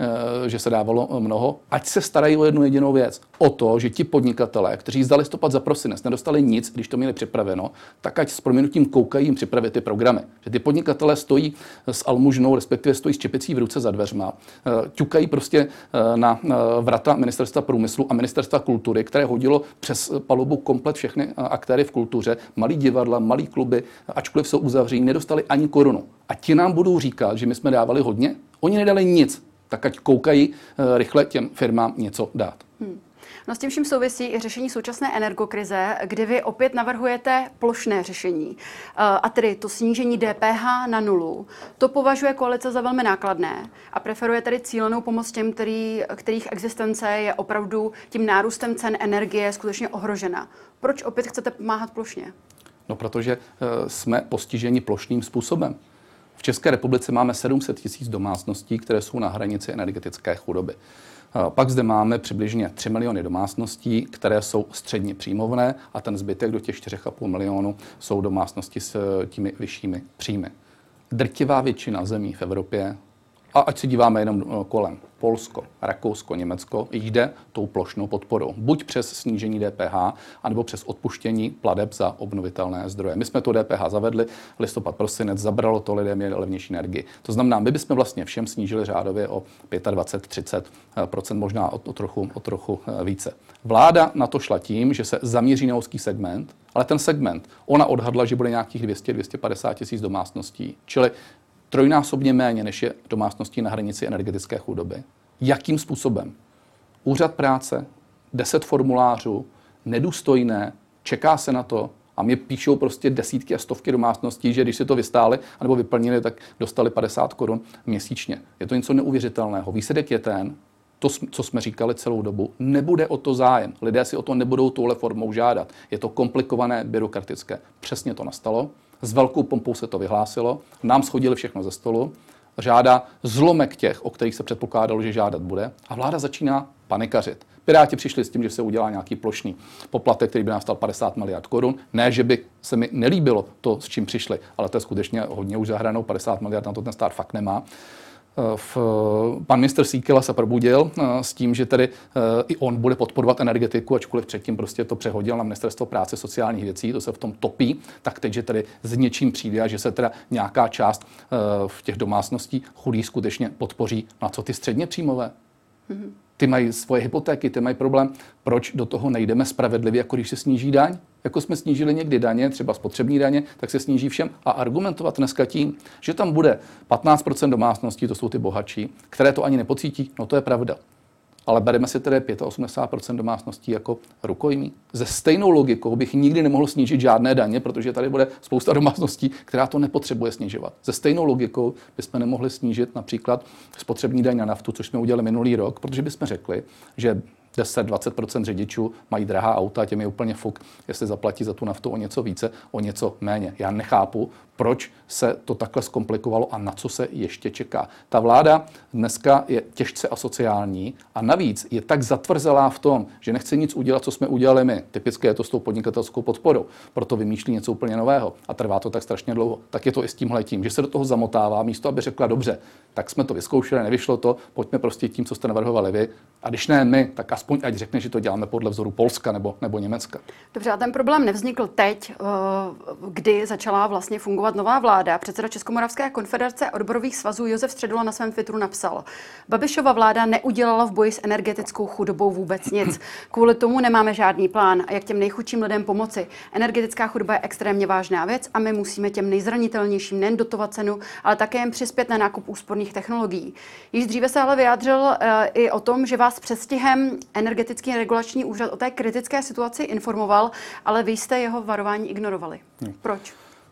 že se dávalo mnoho. Ať se starají o jednu jedinou věc. O to, že ti podnikatelé, kteří za listopad, za prosinec nedostali nic, když to měli připraveno, tak ať s prominutím koukají jim připravit ty programy. Že ty podnikatelé stojí s almužnou, respektive stojí s čepicí v ruce za dveřma, ťukají prostě na vrata ministerstva průmyslu a ministerstva kultury, které hodilo přes palubu komplet všechny aktéry v kultuře, malí divadla, malí kluby, ačkoliv jsou uzavření, nedostali ani korunu. A ti nám budou říkat, že my jsme dávali hodně? Oni nedali nic, tak ať koukají rychle těm firmám něco dát. Hmm. No s tím vším souvisí i řešení současné energokrize, kdy vy opět navrhujete plošné řešení. A tedy to snížení D P H na nulu. To považuje koalice za velmi nákladné a preferuje tedy cílenou pomoc těm, který, kterých existence je opravdu tím nárůstem cen energie skutečně ohrožena. Proč opět chcete pomáhat plošně? No, protože jsme postiženi plošným způsobem. V České republice máme sedm set tisíc domácností, které jsou na hranici energetické chudoby. Pak zde máme přibližně tři miliony domácností, které jsou středně příjmovné a ten zbytek do těch čtyři a půl milionu jsou domácnosti s těmi vyššími příjmy. Drtivá většina zemí v Evropě, a ať se díváme jenom kolem, Polsko, Rakousko, Německo, jde tou plošnou podporou. Buď přes snížení D P H, anebo přes odpuštění plateb za obnovitelné zdroje. My jsme to D P H zavedli, listopad, prosinec, zabralo to lidem je levnější energii. To znamená, my bychom vlastně všem snížili řádově o dvacet pět až třicet procent, možná o, o, trochu, o trochu více. Vláda na to šla tím, že se zaměří na úzký segment, ale ten segment, ona odhadla, že bude nějakých dvě stě až dvě stě padesát tisíc domácností, čili trojnásobně méně, než je domácností na hranici energetické chudoby. Jakým způsobem? Úřad práce, deset formulářů, nedůstojné, čeká se na to a mě píšou prostě desítky a stovky domácností, že když si to vystáli anebo vyplnili, tak dostali padesát korun měsíčně. Je to něco neuvěřitelného. Výsledek je ten, to, co jsme říkali celou dobu, nebude o to zájem. Lidé si o to nebudou touhle formou žádat. Je to komplikované, byrokratické. Přesně to nastalo. S velkou pompou se to vyhlásilo, nám shodili všechno ze stolu, žádá zlomek těch, o kterých se předpokládalo, že žádat bude a vláda začíná panikařit. Piráti přišli s tím, že se udělá nějaký plošný poplatek, který by nás stal padesát miliard korun. Ne, že by se mi nelíbilo to, s čím přišli, ale to je skutečně hodně už zahranou, padesát miliard na to ten stát fakt nemá. V, pan ministr Síkela se probudil s tím, že tedy i on bude podporovat energetiku, ačkoliv předtím prostě to přehodil na ministerstvo práce sociálních věcí, to se v tom topí, tak teď, že tedy s něčím přijde a že se teda nějaká část v těch domácností chudí skutečně podpoří. Na co ty středně příjmové? Mm-hmm. Ty mají svoje hypotéky, ty mají problém. Proč do toho nejdeme spravedlivě, jako když se sníží daň? Jako jsme snížili někdy daně, třeba spotřební daně, tak se sníží všem. A argumentovat dneska tím, že tam bude patnáct procent domácností, to jsou ty bohatší, které to ani nepocítí, no to je pravda. Ale bereme si tedy osmdesát pět procent domácností jako rukojmí. Ze stejnou logikou bych nikdy nemohl snížit žádné daně, protože tady bude spousta domácností, která to nepotřebuje snižovat. Ze stejnou logikou bychom nemohli snížit například spotřební daň na naftu, což jsme udělali minulý rok, protože bychom řekli, že deset až dvacet procent řidičů mají drahá auta, těm je úplně fuk, jestli zaplatí za tu naftu o něco více, o něco méně. Já nechápu, proč se to takhle zkomplikovalo a na co se ještě čeká. Ta vláda dneska je těžce asociální a navíc je tak zatvrzelá v tom, že nechce nic udělat, co jsme udělali my. Typické je to s tou podnikatelskou podporou. Proto vymýšlí něco úplně nového a trvá to tak strašně dlouho. Tak je to i s tímhletím, že se do toho zamotává, místo aby řekla dobře, tak jsme to vyzkoušeli, nevyšlo to, pojďme prostě tím, co jste navrhovali vy. A když ne my, tak aspoň ať řekne, že to děláme podle vzoru Polska nebo, nebo Německa. Dobře, a ten problém nevznikl teď, kdy začala vlastně fungovat nastupovat nová vláda, předseda Českomoravské konfederace odborových svazů Josef Středula na svém Twitteru napsal: Babišova vláda neudělala v boji s energetickou chudobou vůbec nic. Kvůli tomu nemáme žádný plán, jak těm nejchudším lidem pomoci. Energetická chudoba je extrémně vážná věc a my musíme těm nejzranitelnějším nejen dotovat cenu, ale také jim přispět na nákup úsporných technologií. Již dříve se ale vyjádřil uh, i o tom, že vás předstihem Energetický regulační úřad o té kritické situaci informoval, ale vy jste jeho varování ignorovali. Proč?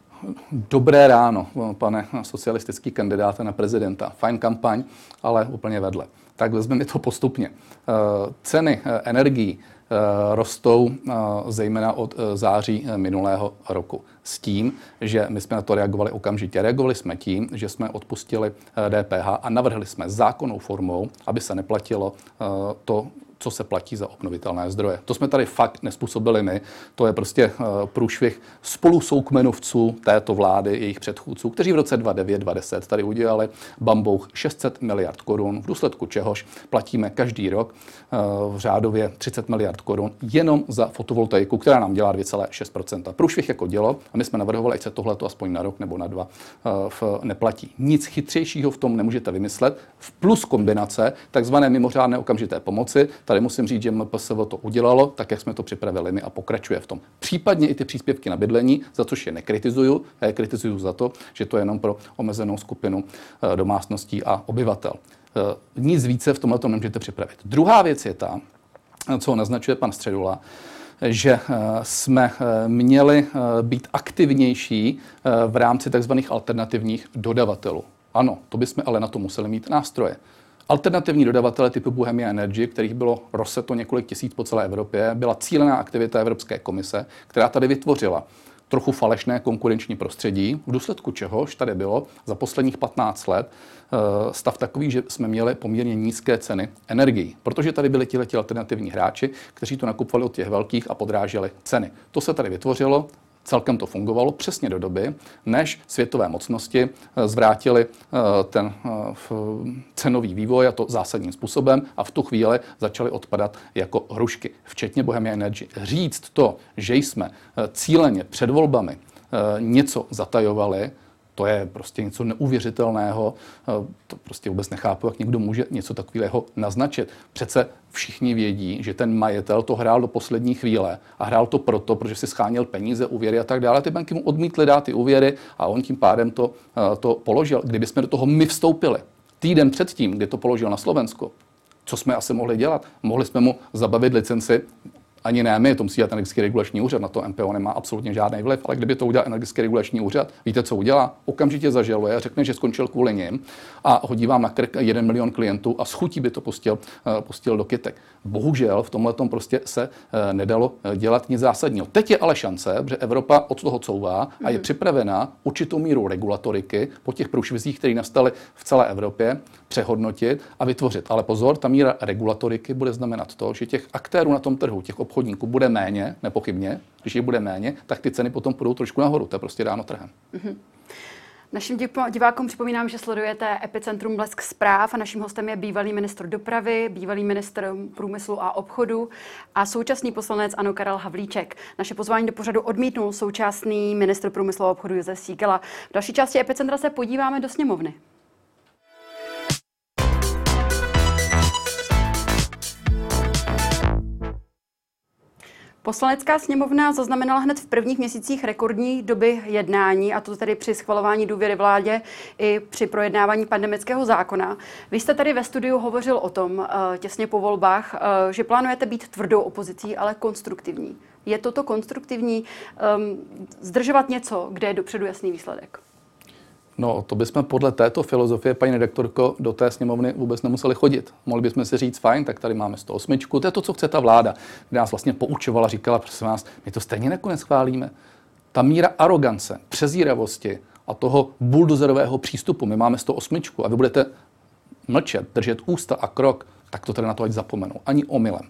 Dobré ráno, pane socialistický kandidáte na prezidenta. Fajn kampaň, ale úplně vedle. Tak vezmeme to postupně. Ceny energií rostou zejména od září minulého roku. S tím, že my jsme na to reagovali okamžitě. Reagovali jsme tím, že jsme odpustili D P H a navrhli jsme zákonnou formou, aby se neplatilo to, co se platí za obnovitelné zdroje. To jsme tady fakt nespůsobili my. To je prostě průšvih spolusoukmenovců této vlády, jejich předchůdců, kteří v roce dva tisíce devět dva tisíce deset tady udělali bambouch šest set miliard korun, v důsledku čehož platíme každý rok v řádově třicet miliard korun jenom za fotovoltaiku, která nám dělá dvě celá šest procenta. Průšvih jako dělo a my jsme navrhovali, ať se tohleto aspoň na rok nebo na dva neplatí. Nic chytřejšího v tom nemůžete vymyslet. V plus kombinace takzvané mimořádné okamžité pomoci. Tady musím říct, že M P S V to udělalo, tak jak jsme to připravili my a pokračuje v tom. Případně i ty příspěvky na bydlení, za což je nekritizuju, já je kritizuju za to, že to je jenom pro omezenou skupinu domácností a obyvatel. Nic více v tomhle to nemůžete připravit. Druhá věc je ta, co naznačuje pan Středula, že jsme měli být aktivnější v rámci takzvaných alternativních dodavatelů. Ano, to bychom ale na to museli mít nástroje. Alternativní dodavatele typu Bohemia Energy, kterých bylo rozseto několik tisíc po celé Evropě, byla cílená aktivita Evropské komise, která tady vytvořila trochu falešné konkurenční prostředí, v důsledku čehož tady bylo za posledních patnáct let stav takový, že jsme měli poměrně nízké ceny energií, protože tady byli tihleti alternativní hráči, kteří to nakupovali od těch velkých a podráželi ceny. To se tady vytvořilo. Celkem to fungovalo přesně do doby, než světové mocnosti zvrátili ten cenový vývoj, a to zásadním způsobem, a v tu chvíli začaly odpadat jako hrušky, včetně Bohemia Energy. Říct to, že jsme cíleně před volbami něco zatajovali, to je prostě něco neuvěřitelného. To prostě vůbec nechápu, jak někdo může něco takového naznačit. Přece všichni vědí, že ten majitel to hrál do poslední chvíle a hrál to proto, protože si scháněl peníze, úvěry a tak dále. Ty banky mu odmítly dát ty úvěry a on tím pádem to, to položil. Kdyby jsme do toho my vstoupili týden předtím, kdy to položil na Slovensku, co jsme asi mohli dělat? Mohli jsme mu zabavit licenci. Ani ne my, to musí dělat Energetický regulační úřad, na to M P O nemá absolutně žádný vliv, ale kdyby to udělal Energetický regulační úřad, víte, co udělá? Okamžitě zažaluje, řekne, že skončil kvůli nim a hodí vám na krk jeden milion klientů a s chutí by to pustil, pustil do kytek. Bohužel v tomhletom prostě se nedalo dělat nic zásadního. Teď je ale šance, že Evropa od toho couvá a je připravena určitou míru regulatoriky po těch průšvizích, které nastaly v celé Evropě, přehodnotit a vytvořit. Ale pozor, ta míra regulatoriky bude znamenat to, že těch aktérů na tom trhu, těch obchodníků bude méně, nepochybně. Když jich bude méně, tak ty ceny potom půjdou trošku nahoru. To je prostě dáno trhem. Mm-hmm. Našim divákům připomínám, že sledujete Epicentrum Blesk zpráv a naším hostem je bývalý ministr dopravy, bývalý ministr průmyslu a obchodu a současný poslanec ANO Karel Havlíček. Naše pozvání do pořadu odmítnul současný ministr průmyslu a obchodu Josef Síkela. V další části Epicentra se podíváme do sněmovny. Poslanecká sněmovna zaznamenala hned v prvních měsících rekordní doby jednání, a to tedy při schvalování důvěry vládě i při projednávání pandemického zákona. Vy jste tady ve studiu hovořil o tom těsně po volbách, že plánujete být tvrdou opozicí, ale konstruktivní. Je toto konstruktivní zdržovat něco, kde je dopředu jasný výsledek? No, to bychom podle této filozofie, paní redaktorko, do té sněmovny vůbec nemuseli chodit. Mohli bychom si říct, fajn, tak tady máme sto osm. To je to, co chce ta vláda. Kdy nás vlastně poučovala, říkala, prosím vás, my to stejně nakonec schválíme. Ta míra arogance, přezíravosti a toho buldozerového přístupu, my máme sto osm a vy budete mlčet, držet ústa a krok, tak to teda na to ať zapomenu. Ani omylem.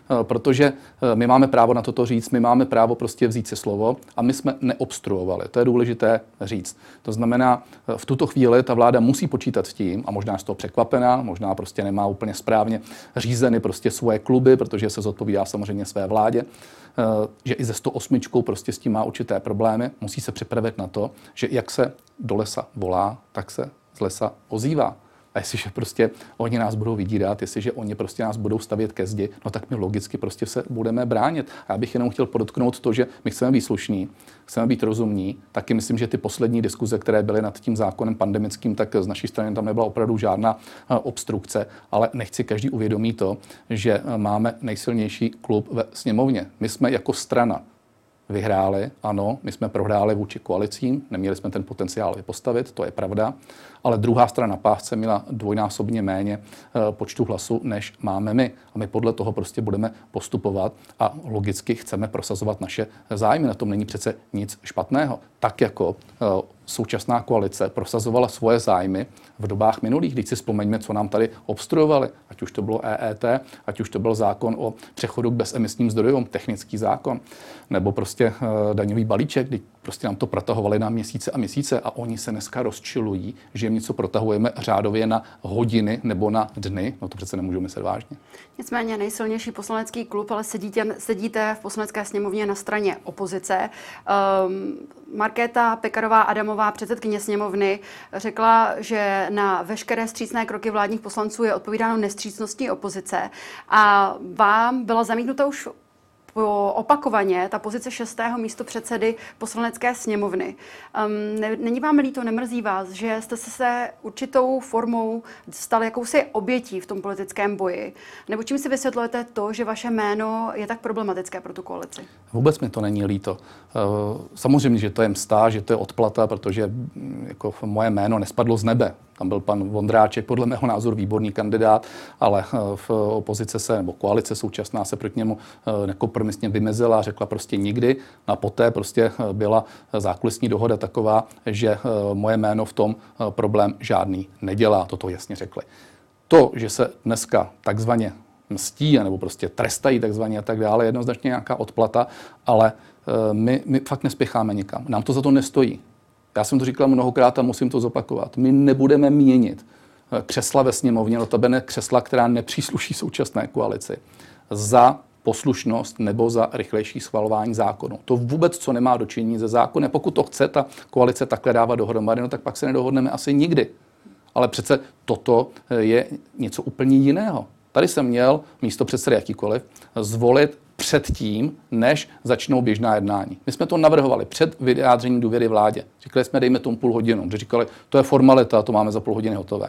protože my máme právo na toto říct, my máme právo prostě vzít si slovo a my jsme neobstruovali. To je důležité říct. To znamená, v tuto chvíli ta vláda musí počítat s tím, a možná z toho překvapená, možná prostě nemá úplně správně řízeny prostě svoje kluby, protože se zodpovídá samozřejmě své vládě, že i ze sto osm prostě s tím má určité problémy, musí se připravit na to, že jak se do lesa volá, tak se z lesa ozývá. A jestliže prostě oni nás budou vydírat, jestliže oni prostě nás budou stavět ke zdi, no tak my logicky prostě se budeme bránit. A já bych jenom chtěl podotknout to, že my chceme být slušní, chceme být rozumní. Taky myslím, že ty poslední diskuze, které byly nad tím zákonem pandemickým, tak z naší strany tam nebyla opravdu žádná obstrukce, ale nechci každý uvědomí to, že máme nejsilnější klub ve sněmovně. My jsme jako strana vyhráli, ano, my jsme prohráli vůči koalicím, neměli jsme ten potenciál vypostavit, to je pravda, ale druhá strana pásce měla dvojnásobně méně počtu hlasů, než máme my. A my podle toho prostě budeme postupovat a logicky chceme prosazovat naše zájmy. Na tom není přece nic špatného. Tak jako současná koalice prosazovala svoje zájmy v dobách minulých. Když si vzpomeňme, co nám tady obstruovali, ať už to bylo E E T, ať už to byl zákon o přechodu k bezemisním zdrojům, technický zákon, nebo prostě daňový balíček, kdy prostě nám to protahovali na měsíce a měsíce a oni se dneska rozčilují, že jim něco protahujeme řádově na hodiny nebo na dny. No to přece nemůžu myslet vážně. Nicméně nejsilnější poslanecký klub, ale sedíte, sedíte v poslanecké sněmovně na straně opozice. Um, Markéta Pekarová Adamová, předsedkyně sněmovny, řekla, že na veškeré vstřícné kroky vládních poslanců je odpovídáno nevstřícností opozice a vám byla zamítnuta už opakovaně ta pozice šestého místopředsedy poslanecké sněmovny. Um, ne, není vám líto, nemrzí vás, že jste se určitou formou stali jakousi obětí v tom politickém boji? Nebo čím si vysvětlujete to, že vaše jméno je tak problematické pro tu koalici? Vůbec mi to není líto. Samozřejmě, že to je msta, že to je odplata, protože jako moje jméno nespadlo z nebe. Tam byl pan Vondráček, podle mého názoru výborný kandidát, ale v opozice se, nebo koalice současná se proti němu nekompromisně vymezila a řekla prostě nikdy. A poté prostě byla zákulisní dohoda taková, že moje jméno v tom problém žádný nedělá. Toto jasně řekli. To, že se dneska takzvaně mstí, nebo prostě trestají takzvaně a tak dále, je jednoznačně nějaká odplata, ale my, my fakt nespěcháme nikam. Nám to za to nestojí. Já jsem to říkal mnohokrát a musím to zopakovat. My nebudeme měnit křesla ve sněmovně, notabene křesla, která nepřísluší současné koalici, za poslušnost nebo za rychlejší schvalování zákonu. To vůbec co nemá dočinění se zákonem. Pokud to chce ta koalice takhle dávat dohromady, no tak pak se nedohodneme asi nikdy. Ale přece toto je něco úplně jiného. Tady jsem měl místo předsedy jakýkoliv zvolit předtím, než začnou běžná jednání. My jsme to navrhovali před vyjádřením důvěry vládě. Říkali jsme, dejme tomu půl hodinu. Že říkali, to je formalita, to máme za půl hodiny hotové.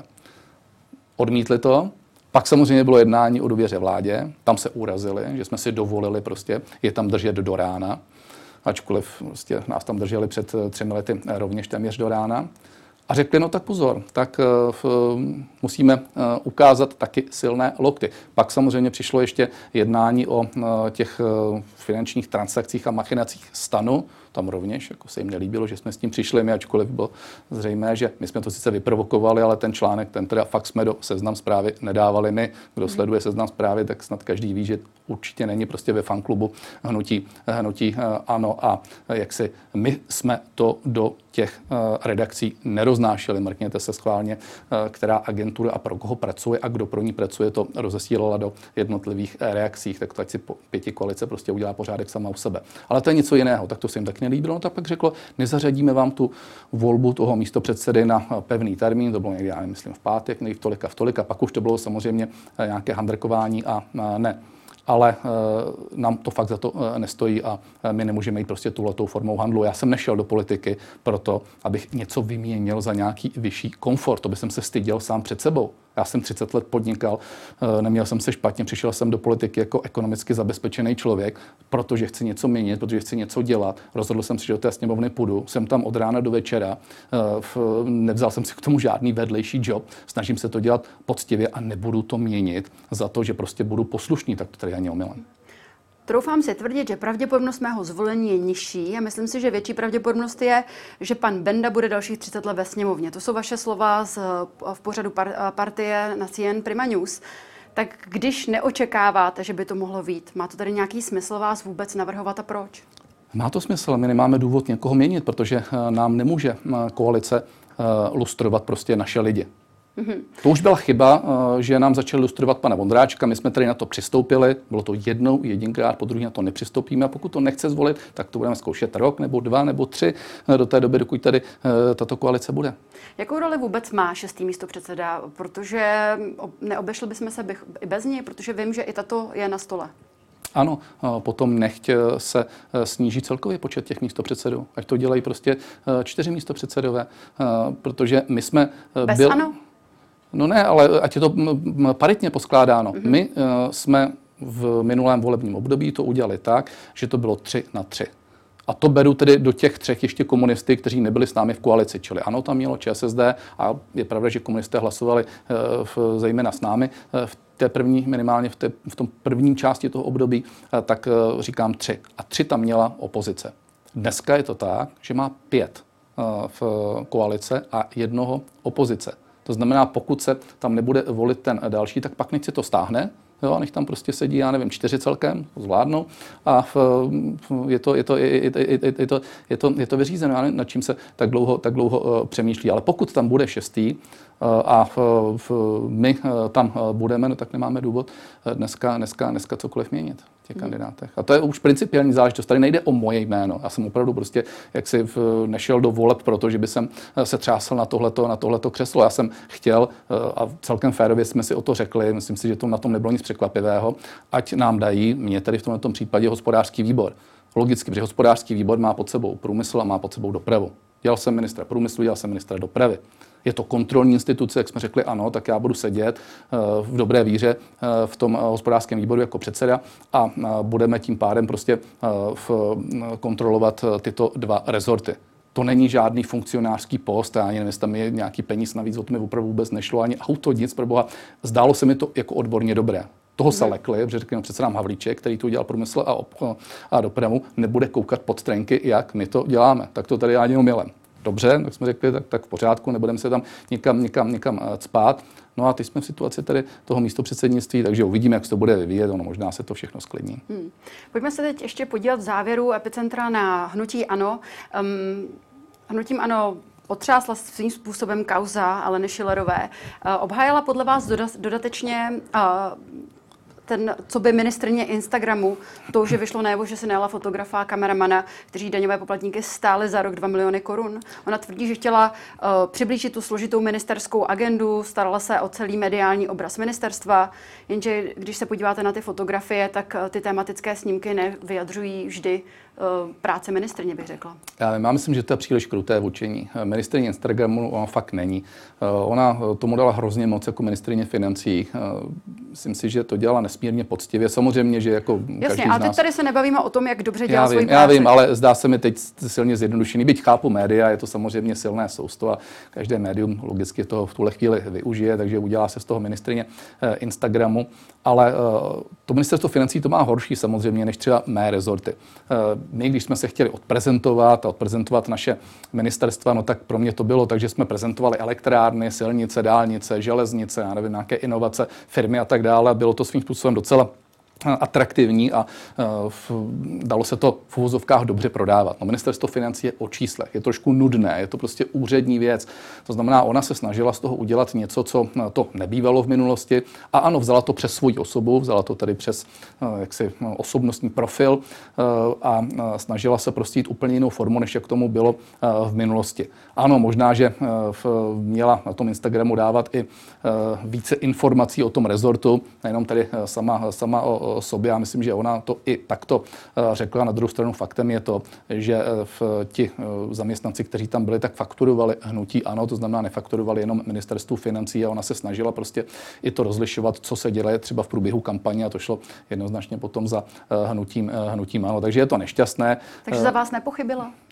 Odmítli to. Pak samozřejmě bylo jednání o důvěře vládě. Tam se urazili, že jsme si dovolili prostě je tam držet do rána. Ačkoliv prostě nás tam drželi před třemi lety rovněž téměř do rána. A řekli, no tak pozor, tak uh, musíme uh, ukázat taky silné lokty. Pak samozřejmě přišlo ještě jednání o uh, těch uh, finančních transakcích a machinacích stanu. Tam rovněž jako se jim nelíbilo, že jsme s tím přišli, my, ačkoliv bylo zřejmé, že my jsme to sice vyprovokovali, ale ten článek, ten teda fakt jsme do Seznam Zprávy nedávali my. Kdo sleduje Seznam Zprávy, tak snad každý ví, že určitě není prostě ve fanklubu hnutí, hnutí uh, ANO a uh, jak si my jsme to do těch uh, redakcí neroznášeli. Mrkněte se schválně, uh, která agentura a pro koho pracuje a kdo pro ní pracuje, to rozesílala do jednotlivých uh, reakcích, tak to ať si po pěti koalice prostě udělá pořádek sama u sebe. Ale to je něco jiného, tak to se jim tak nelíbilo, no tak pak řeklo, nezařadíme vám tu volbu toho místopředsedy na pevný termín, to bylo někdy, já myslím, v pátek, někdy v tolika, v tolika, pak už to bylo samozřejmě nějaké handrkování a ne. Ale e, nám to fakt za to e, nestojí a e, my nemůžeme jít prostě tuhletou formou handlu. Já jsem nešel do politiky proto, abych něco vyměnil za nějaký vyšší komfort. To by jsem se styděl sám před sebou. Já jsem třicet let podnikal, e, neměl jsem se špatně, přišel jsem do politiky jako ekonomicky zabezpečený člověk, protože chci něco měnit, protože chci něco dělat. Rozhodl jsem si, že do té sněmovny půjdu. Jsem tam od rána do večera. E, v, nevzal jsem si k tomu žádný vedlejší job. Snažím se to dělat poctivě a nebudu to měnit za to, že prostě budu poslušný. Tak to tady ani omylem. Troufám si tvrdit, že pravděpodobnost mého zvolení je nižší a myslím si, že větší pravděpodobnost je, že pan Benda bude dalších třicet let ve sněmovně. To jsou vaše slova z, v pořadu par, partie na C N Prima News. Tak když neočekáváte, že by to mohlo být, má to tady nějaký smysl vás vůbec navrhovat a proč? Má to smysl, my nemáme důvod někoho měnit, protože nám nemůže koalice lustrovat prostě naše lidi. Mm-hmm. To už byla chyba, že nám začali lustrovat pana Vondráčka, my jsme tady na to přistoupili, bylo to jednou, jedinkrát, po druhý na to nepřistoupíme a pokud to nechce zvolit, tak to budeme zkoušet rok nebo dva nebo tři do té doby, dokud tady tato koalice bude. Jakou roli vůbec má šestý místopředseda, protože neobešli bychom se i bez něj, protože vím, že i tato je na stole. Ano, potom nechť se sníží celkový počet těch místopředsedů, ať to dělají prostě čtyři místopředsedové, protože my jsme... Bez byl... ANO? No ne, ale ať je to paritně poskládáno. Mm-hmm. My uh, jsme v minulém volebním období to udělali tak, že to bylo tři na tři. A to beru tedy do těch třech ještě komunisty, kteří nebyli s námi v koalici. Čili ano, tam mělo ČSSD a je pravda, že komunisté hlasovali uh, v, zejména s námi uh, v té první, minimálně v, té, v tom první části toho období, uh, tak uh, říkám tři. A tři tam měla opozice. Dneska je to tak, že má pět uh, v koalice a jednoho opozice. To znamená, pokud se tam nebude volit ten další, tak pak nech si to stáhne, jo, a nech tam prostě sedí, já nevím, čtyři celkem, to zvládnou a v, je, to, je, to, je, je, je, je, to, je, to, je to vyřízené, já nevím, nad čím se tak dlouho, tak dlouho uh, přemýšlí. Ale pokud tam bude šestý uh, a v, v, my uh, tam uh, budeme, no tak nemáme důvod uh, dneska, dneska, dneska cokoliv měnit v těch hmm. kandidátech. A to je už principiální záležitost. Tady nejde o moje jméno. Já jsem opravdu prostě jaksi v, nešel do voleb, protože by jsem se třásl na tohleto, na tohleto křeslo. Já jsem chtěl a celkem férově jsme si o to řekli, myslím si, že to na tom nebylo nic překvapivého, ať nám dají, mě tady v tomto případě hospodářský výbor. Logicky, protože hospodářský výbor má pod sebou průmysl a má pod sebou dopravu. Dělal jsem ministra průmyslu, dělal jsem ministra dopravy. Je to kontrolní instituce, jak jsme řekli ano, tak já budu sedět v dobré víře v tom hospodářském výboru jako předseda a budeme tím pádem prostě kontrolovat tyto dva rezorty. To není žádný funkcionářský post, já ani nevím, jestli tam je nějaký peníz navíc, o tom mi opravdu vůbec nešlo, ani auto, nic pro boha. Zdálo se mi to jako odborně dobré. Toho se lekli, protože řekl předsedám Havlíček, který tu udělal průmysl a, ob, a dopravu, nebude koukat pod trenky, jak my to děláme. Tak to tady ani omylem. Dobře, tak jsme řekli, tak, tak v pořádku, nebudeme se tam někam, někam, někam cpát. No a teď jsme v situaci tady toho místopředsednictví, takže uvidíme, jak se to bude vyvíjet, ono možná se to všechno sklidní. Hmm. Pojďme se teď ještě podívat v závěru epicentra na hnutí ANO. Um, hnutím ANO otřásla svým způsobem kauza Aleny Schillerové. Uh, obhájila podle vás dodatečně uh, ten, co by ministryně Instagramu, to, že vyšlo najevo, že se najala fotografa a kameramana, kteří daňové poplatníky stály za rok dva miliony korun. Ona tvrdí, že chtěla uh, přiblížit tu složitou ministerskou agendu, starala se o celý mediální obraz ministerstva, jenže když se podíváte na ty fotografie, tak uh, ty tematické snímky nevyjadřují vždy uh, práce ministryně, bych řekla. Já, já myslím, že to je příliš kruté vůčení. Ministryně Instagramu ona fakt není. Uh, ona tomu dala hrozně moc jako ministryně financí. Uh, myslím si, že to dělala nesmírně poctivě. Samozřejmě, že jako Jasně, každý a z teď nás... tady se nebavíme o tom, jak dobře dělá svoji práci. Já vím, ale zdá se mi teď silně zjednodušený. Byť chápu média, je to samozřejmě silné sousto a každé médium logicky toho v tuhle chvíli využije, takže udělá se z toho ministryně Instagramu. Ale to ministerstvo financí to má horší samozřejmě než třeba mé rezorty. My, když jsme se chtěli odprezentovat a odprezentovat naše ministerstva, no tak pro mě to bylo tak, že jsme prezentovali elektrárny, silnice, dálnice, železnice, já nevím, nějaké inovace, firmy a tak dále. Bylo to svým způsobem docela atraktivní a uh, dalo se to v uvozovkách dobře prodávat. No, ministerstvo financí je o číslech, je trošku nudné, je to prostě úřední věc. To znamená, ona se snažila z toho udělat něco, co to nebývalo v minulosti a ano, vzala to přes svou osobu, vzala to tady přes uh, jaksi osobnostní profil uh, a uh, snažila se prostě jít úplně jinou formu, než jak k tomu bylo uh, v minulosti. Ano, možná, že uh, v, měla na tom Instagramu dávat i uh, více informací o tom rezortu, nejenom tady uh, sama, sama o o sobě. Já myslím, že ona to i takto řekla. Na druhou stranu faktem je to, že v ti zaměstnanci, kteří tam byli, tak fakturovali hnutí ANO, to znamená nefakturovali jenom ministerstvu financí a ona se snažila prostě i to rozlišovat, co se děje třeba v průběhu kampaně a to šlo jednoznačně potom za hnutím, hnutím ANO. Takže je to nešťastné. Takže za vás nepochybila?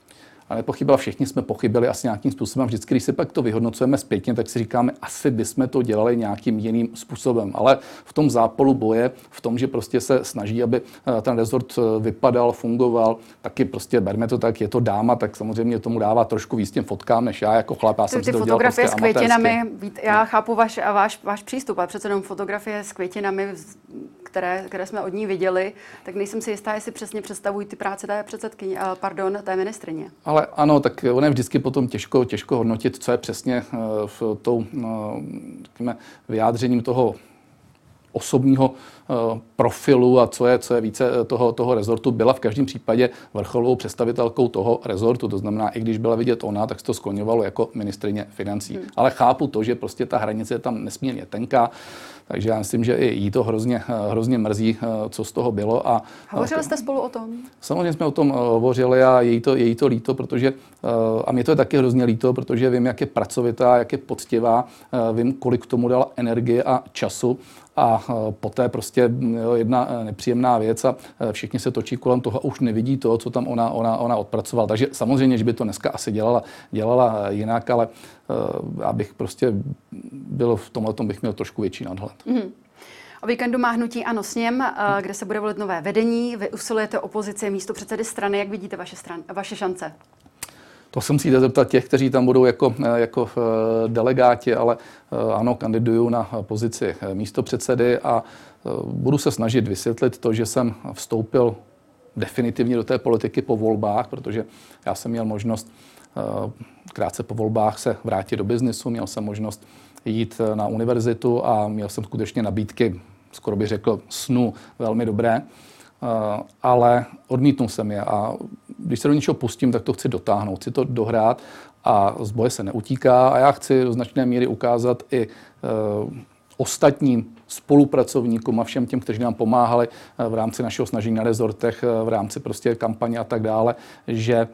a nepochybila, všichni jsme pochybili asi nějakým způsobem. Vždycky, když si pak to vyhodnocujeme zpětně, tak si říkáme, asi bychom to dělali nějakým jiným způsobem. Ale v tom zápolu boje, v tom, že prostě se snaží, aby ten rezort vypadal, fungoval, taky prostě berme to tak, je to dáma, tak samozřejmě tomu dává trošku víc těm fotkám, než já jako chlap. Já jsem ty si to dělal prostě fotografie s květinami, amatérsky. já chápu váš, a váš, váš přístup, ale přece jenom fotografie s květinami, které, které jsme od ní viděli, tak nejsem si jistá, jestli přesně představují ty práce té předsedkyně, pardon, té ministryně. Ale ano, tak ono je vždycky potom těžko, těžko hodnotit, co je přesně v tou řekněme, vyjádřením toho osobního profilu a co je, co je více toho, toho rezortu. Byla v každém případě vrcholovou představitelkou toho rezortu, to znamená, i když byla vidět ona, tak se to skloňovalo jako ministryně financí. Hmm. Ale chápu to, že prostě ta hranice je tam nesmírně tenká, takže já myslím, že i jí to hrozně, hrozně mrzí, co z toho bylo. A hovořili jste spolu o tom? Samozřejmě jsme o tom hovořili a je jí to, je jí to líto, protože, a mě to je taky hrozně líto, protože vím, jak je pracovitá, jak je poctivá, vím, kolik k tomu dala energie a času. A poté prostě jedna nepříjemná věc a všichni se točí kolem toho a už nevidí to, co tam ona, ona, ona odpracovala. Takže samozřejmě, že by to dneska asi dělala, dělala jinak, ale já bych prostě byl v tomhletom bych měl trošku větší nadhled. Mm. O víkendu má hnutí ANO sněm, kde se bude volit nové vedení. Vy usilujete opozici místo předsedy strany. Jak vidíte vaše, stran, vaše šance? To se musíte zeptat těch, kteří tam budou jako, jako delegáti, ale ano, kandiduju na pozici místopředsedy a budu se snažit vysvětlit to, že jsem vstoupil definitivně do té politiky po volbách, protože já jsem měl možnost krátce po volbách se vrátit do biznisu, měl jsem možnost jít na univerzitu a měl jsem skutečně nabídky, skoro bych řekl, snu velmi dobré. Ale odmítnul jsem je a když se do něčeho pustím, tak to chci dotáhnout, chci to dohrát a z boje se neutíká a já chci do značné míry ukázat i e, ostatním spolupracovníkům a všem těm, kteří nám pomáhali v rámci našeho snažení na rezortech, v rámci prostě kampaně a tak dále, že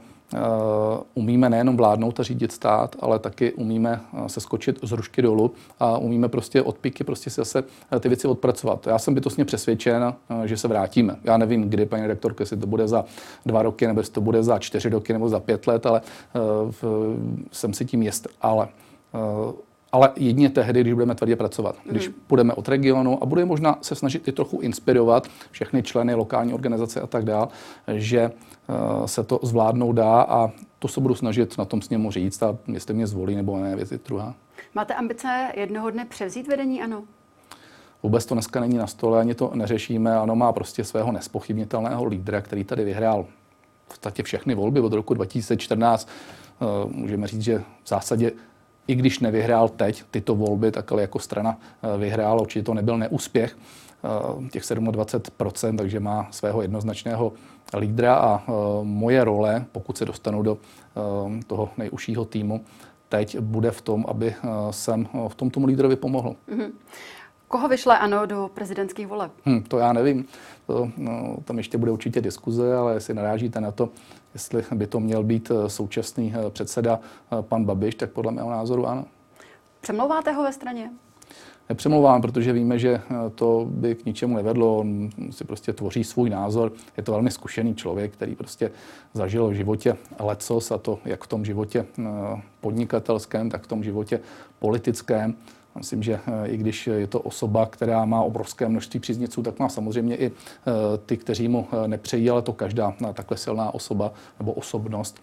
Uh, umíme nejenom vládnout a řídit stát, ale taky umíme se skočit z rušky dolů a umíme prostě od píky prostě si zase ty věci odpracovat. Já jsem bytostně přesvědčen, že se vrátíme. Já nevím, kdy, paní redaktorko, jestli to bude za dva roky, nebo jestli to bude za čtyři roky, nebo za pět let, ale uh, jsem si tím jist. Ale uh, Ale jedině tehdy, když budeme tvrdě pracovat. Když mm. půjdeme od regionu a budeme možná se snažit i trochu inspirovat všechny členy lokální organizace a tak dál, že uh, se to zvládnout dá a to se budu snažit na tom sněmu říct a jestli mě zvolí nebo ne, věc je druhá. Máte ambice jednoho dne převzít vedení ANO? Vůbec to dneska není na stole, ani to neřešíme. ANO má prostě svého nespochybnitelného lídra, který tady vyhrál v podstatě všechny volby od roku dva tisíce čtrnáct. Uh, můžeme říct, že v zásadě i když nevyhrál teď tyto volby, tak ale jako strana vyhrál, určitě to nebyl neúspěch, těch dvacet sedm procent, takže má svého jednoznačného lídra a moje role, pokud se dostanu do toho nejužšího týmu, teď bude v tom, aby jsem v tom tomu lídrovi pomohl. Mm-hmm. Koho vyšle ANO do prezidentských voleb? Hm, to já nevím. To, no, tam ještě bude určitě diskuze, ale jestli narážíte na to, jestli by to měl být současný předseda pan Babiš, tak podle mého názoru ano. Přemlouváte ho ve straně? Nepřemlouvám, protože víme, že to by k ničemu nevedlo. On si prostě tvoří svůj názor. Je to velmi zkušený člověk, který prostě zažil v životě lecos, a to jak v tom životě podnikatelském, tak v tom životě politickém. Myslím, že i když je to osoba, která má obrovské množství příznivců, tak má samozřejmě i ty, kteří mu nepřejí, ale to každá takhle silná osoba nebo osobnost.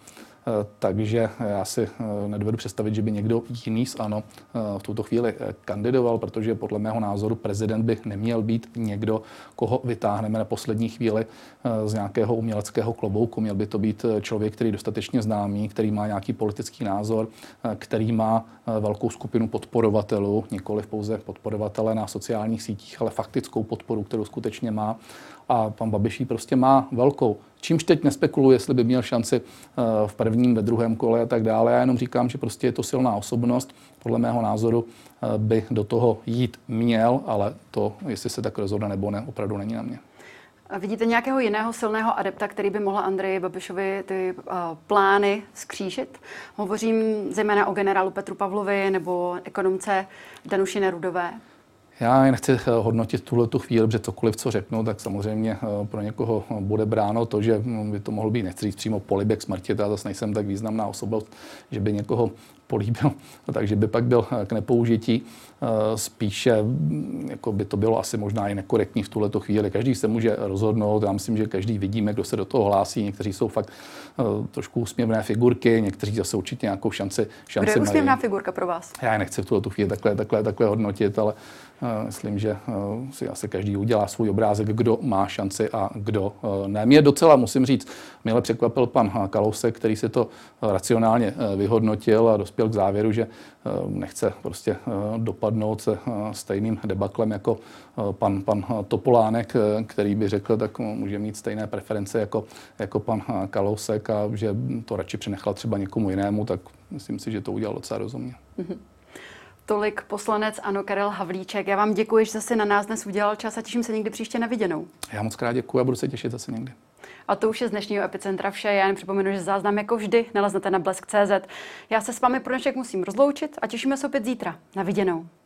Takže já si nedovedu představit, že by někdo jiný z ANO v tuto chvíli kandidoval, protože podle mého názoru prezident by neměl být někdo, koho vytáhneme na poslední chvíli z nějakého uměleckého klobouku. Měl by to být člověk, který je dostatečně známý, který má nějaký politický názor, který má velkou skupinu podporovatelů, nikoliv pouze podporovatele na sociálních sítích, ale faktickou podporu, kterou skutečně má. A pan Babiš prostě má velkou. Čímž teď nespekuluji, jestli by měl šanci v prvním, ve druhém kole a tak dále. Já jenom říkám, že prostě je to silná osobnost. Podle mého názoru by do toho jít měl, ale to, jestli se tak rozhodne nebo ne, opravdu není na mě. A vidíte nějakého jiného silného adepta, který by mohl Andreji Babišovi ty uh, plány skřížit? Hovořím zejména o generálu Petru Pavlovi nebo ekonomce Danuši Nerudové. Já nechci hodnotit tuhle tu chvíli, protože cokoliv, co řeknu, tak samozřejmě pro někoho bude bráno to, že by to mohl být, nechci říct přímo polibek smrti, já zase nejsem tak významná osobnost, že by někoho políbil, takže by pak byl k nepoužití. Spíše jako by to bylo asi možná i nekorektní v tuhleto chvíli. Každý se může rozhodnout, já myslím, že každý vidíme, kdo se do toho hlásí. Někteří jsou fakt trošku úsměvné figurky, někteří zase určitě nějakou šanci, šanci Kdo je mají. úsměvná figurka pro vás? Já je nechci v tuhleto chvíli takhle, takhle, takhle hodnotit, ale uh, myslím, že uh, si asi každý udělá svůj obrázek, kdo má šanci a kdo uh, ne. Mě docela, musím říct, mile překvapil pan Kalousek, který si to racionálně uh, vyhodnotil a dospěl k závěru, že uh, nechce prostě uh, dopadnout se uh, stejným debaklem jako uh, pan, pan Topolánek, uh, který by řekl, tak uh, může mít stejné preference jako, jako pan uh, Kalousek a že to radši přenechal třeba někomu jinému, tak myslím si, že to udělal docela rozumně. Mm-hmm. Tolik poslanec ANO Karel Havlíček. Já vám děkuji, že jste si na nás dnes udělal čas a těším se někdy příště na viděnou. Já moc krát děkuji a budu se těšit zase někdy. A to už je z dnešního Epicentra vše. Já jen připomenu, že záznam jako vždy naleznete na blesk tečka cé zet. Já se s vámi pro dnešek musím rozloučit a těšíme se opět zítra. Na viděnou.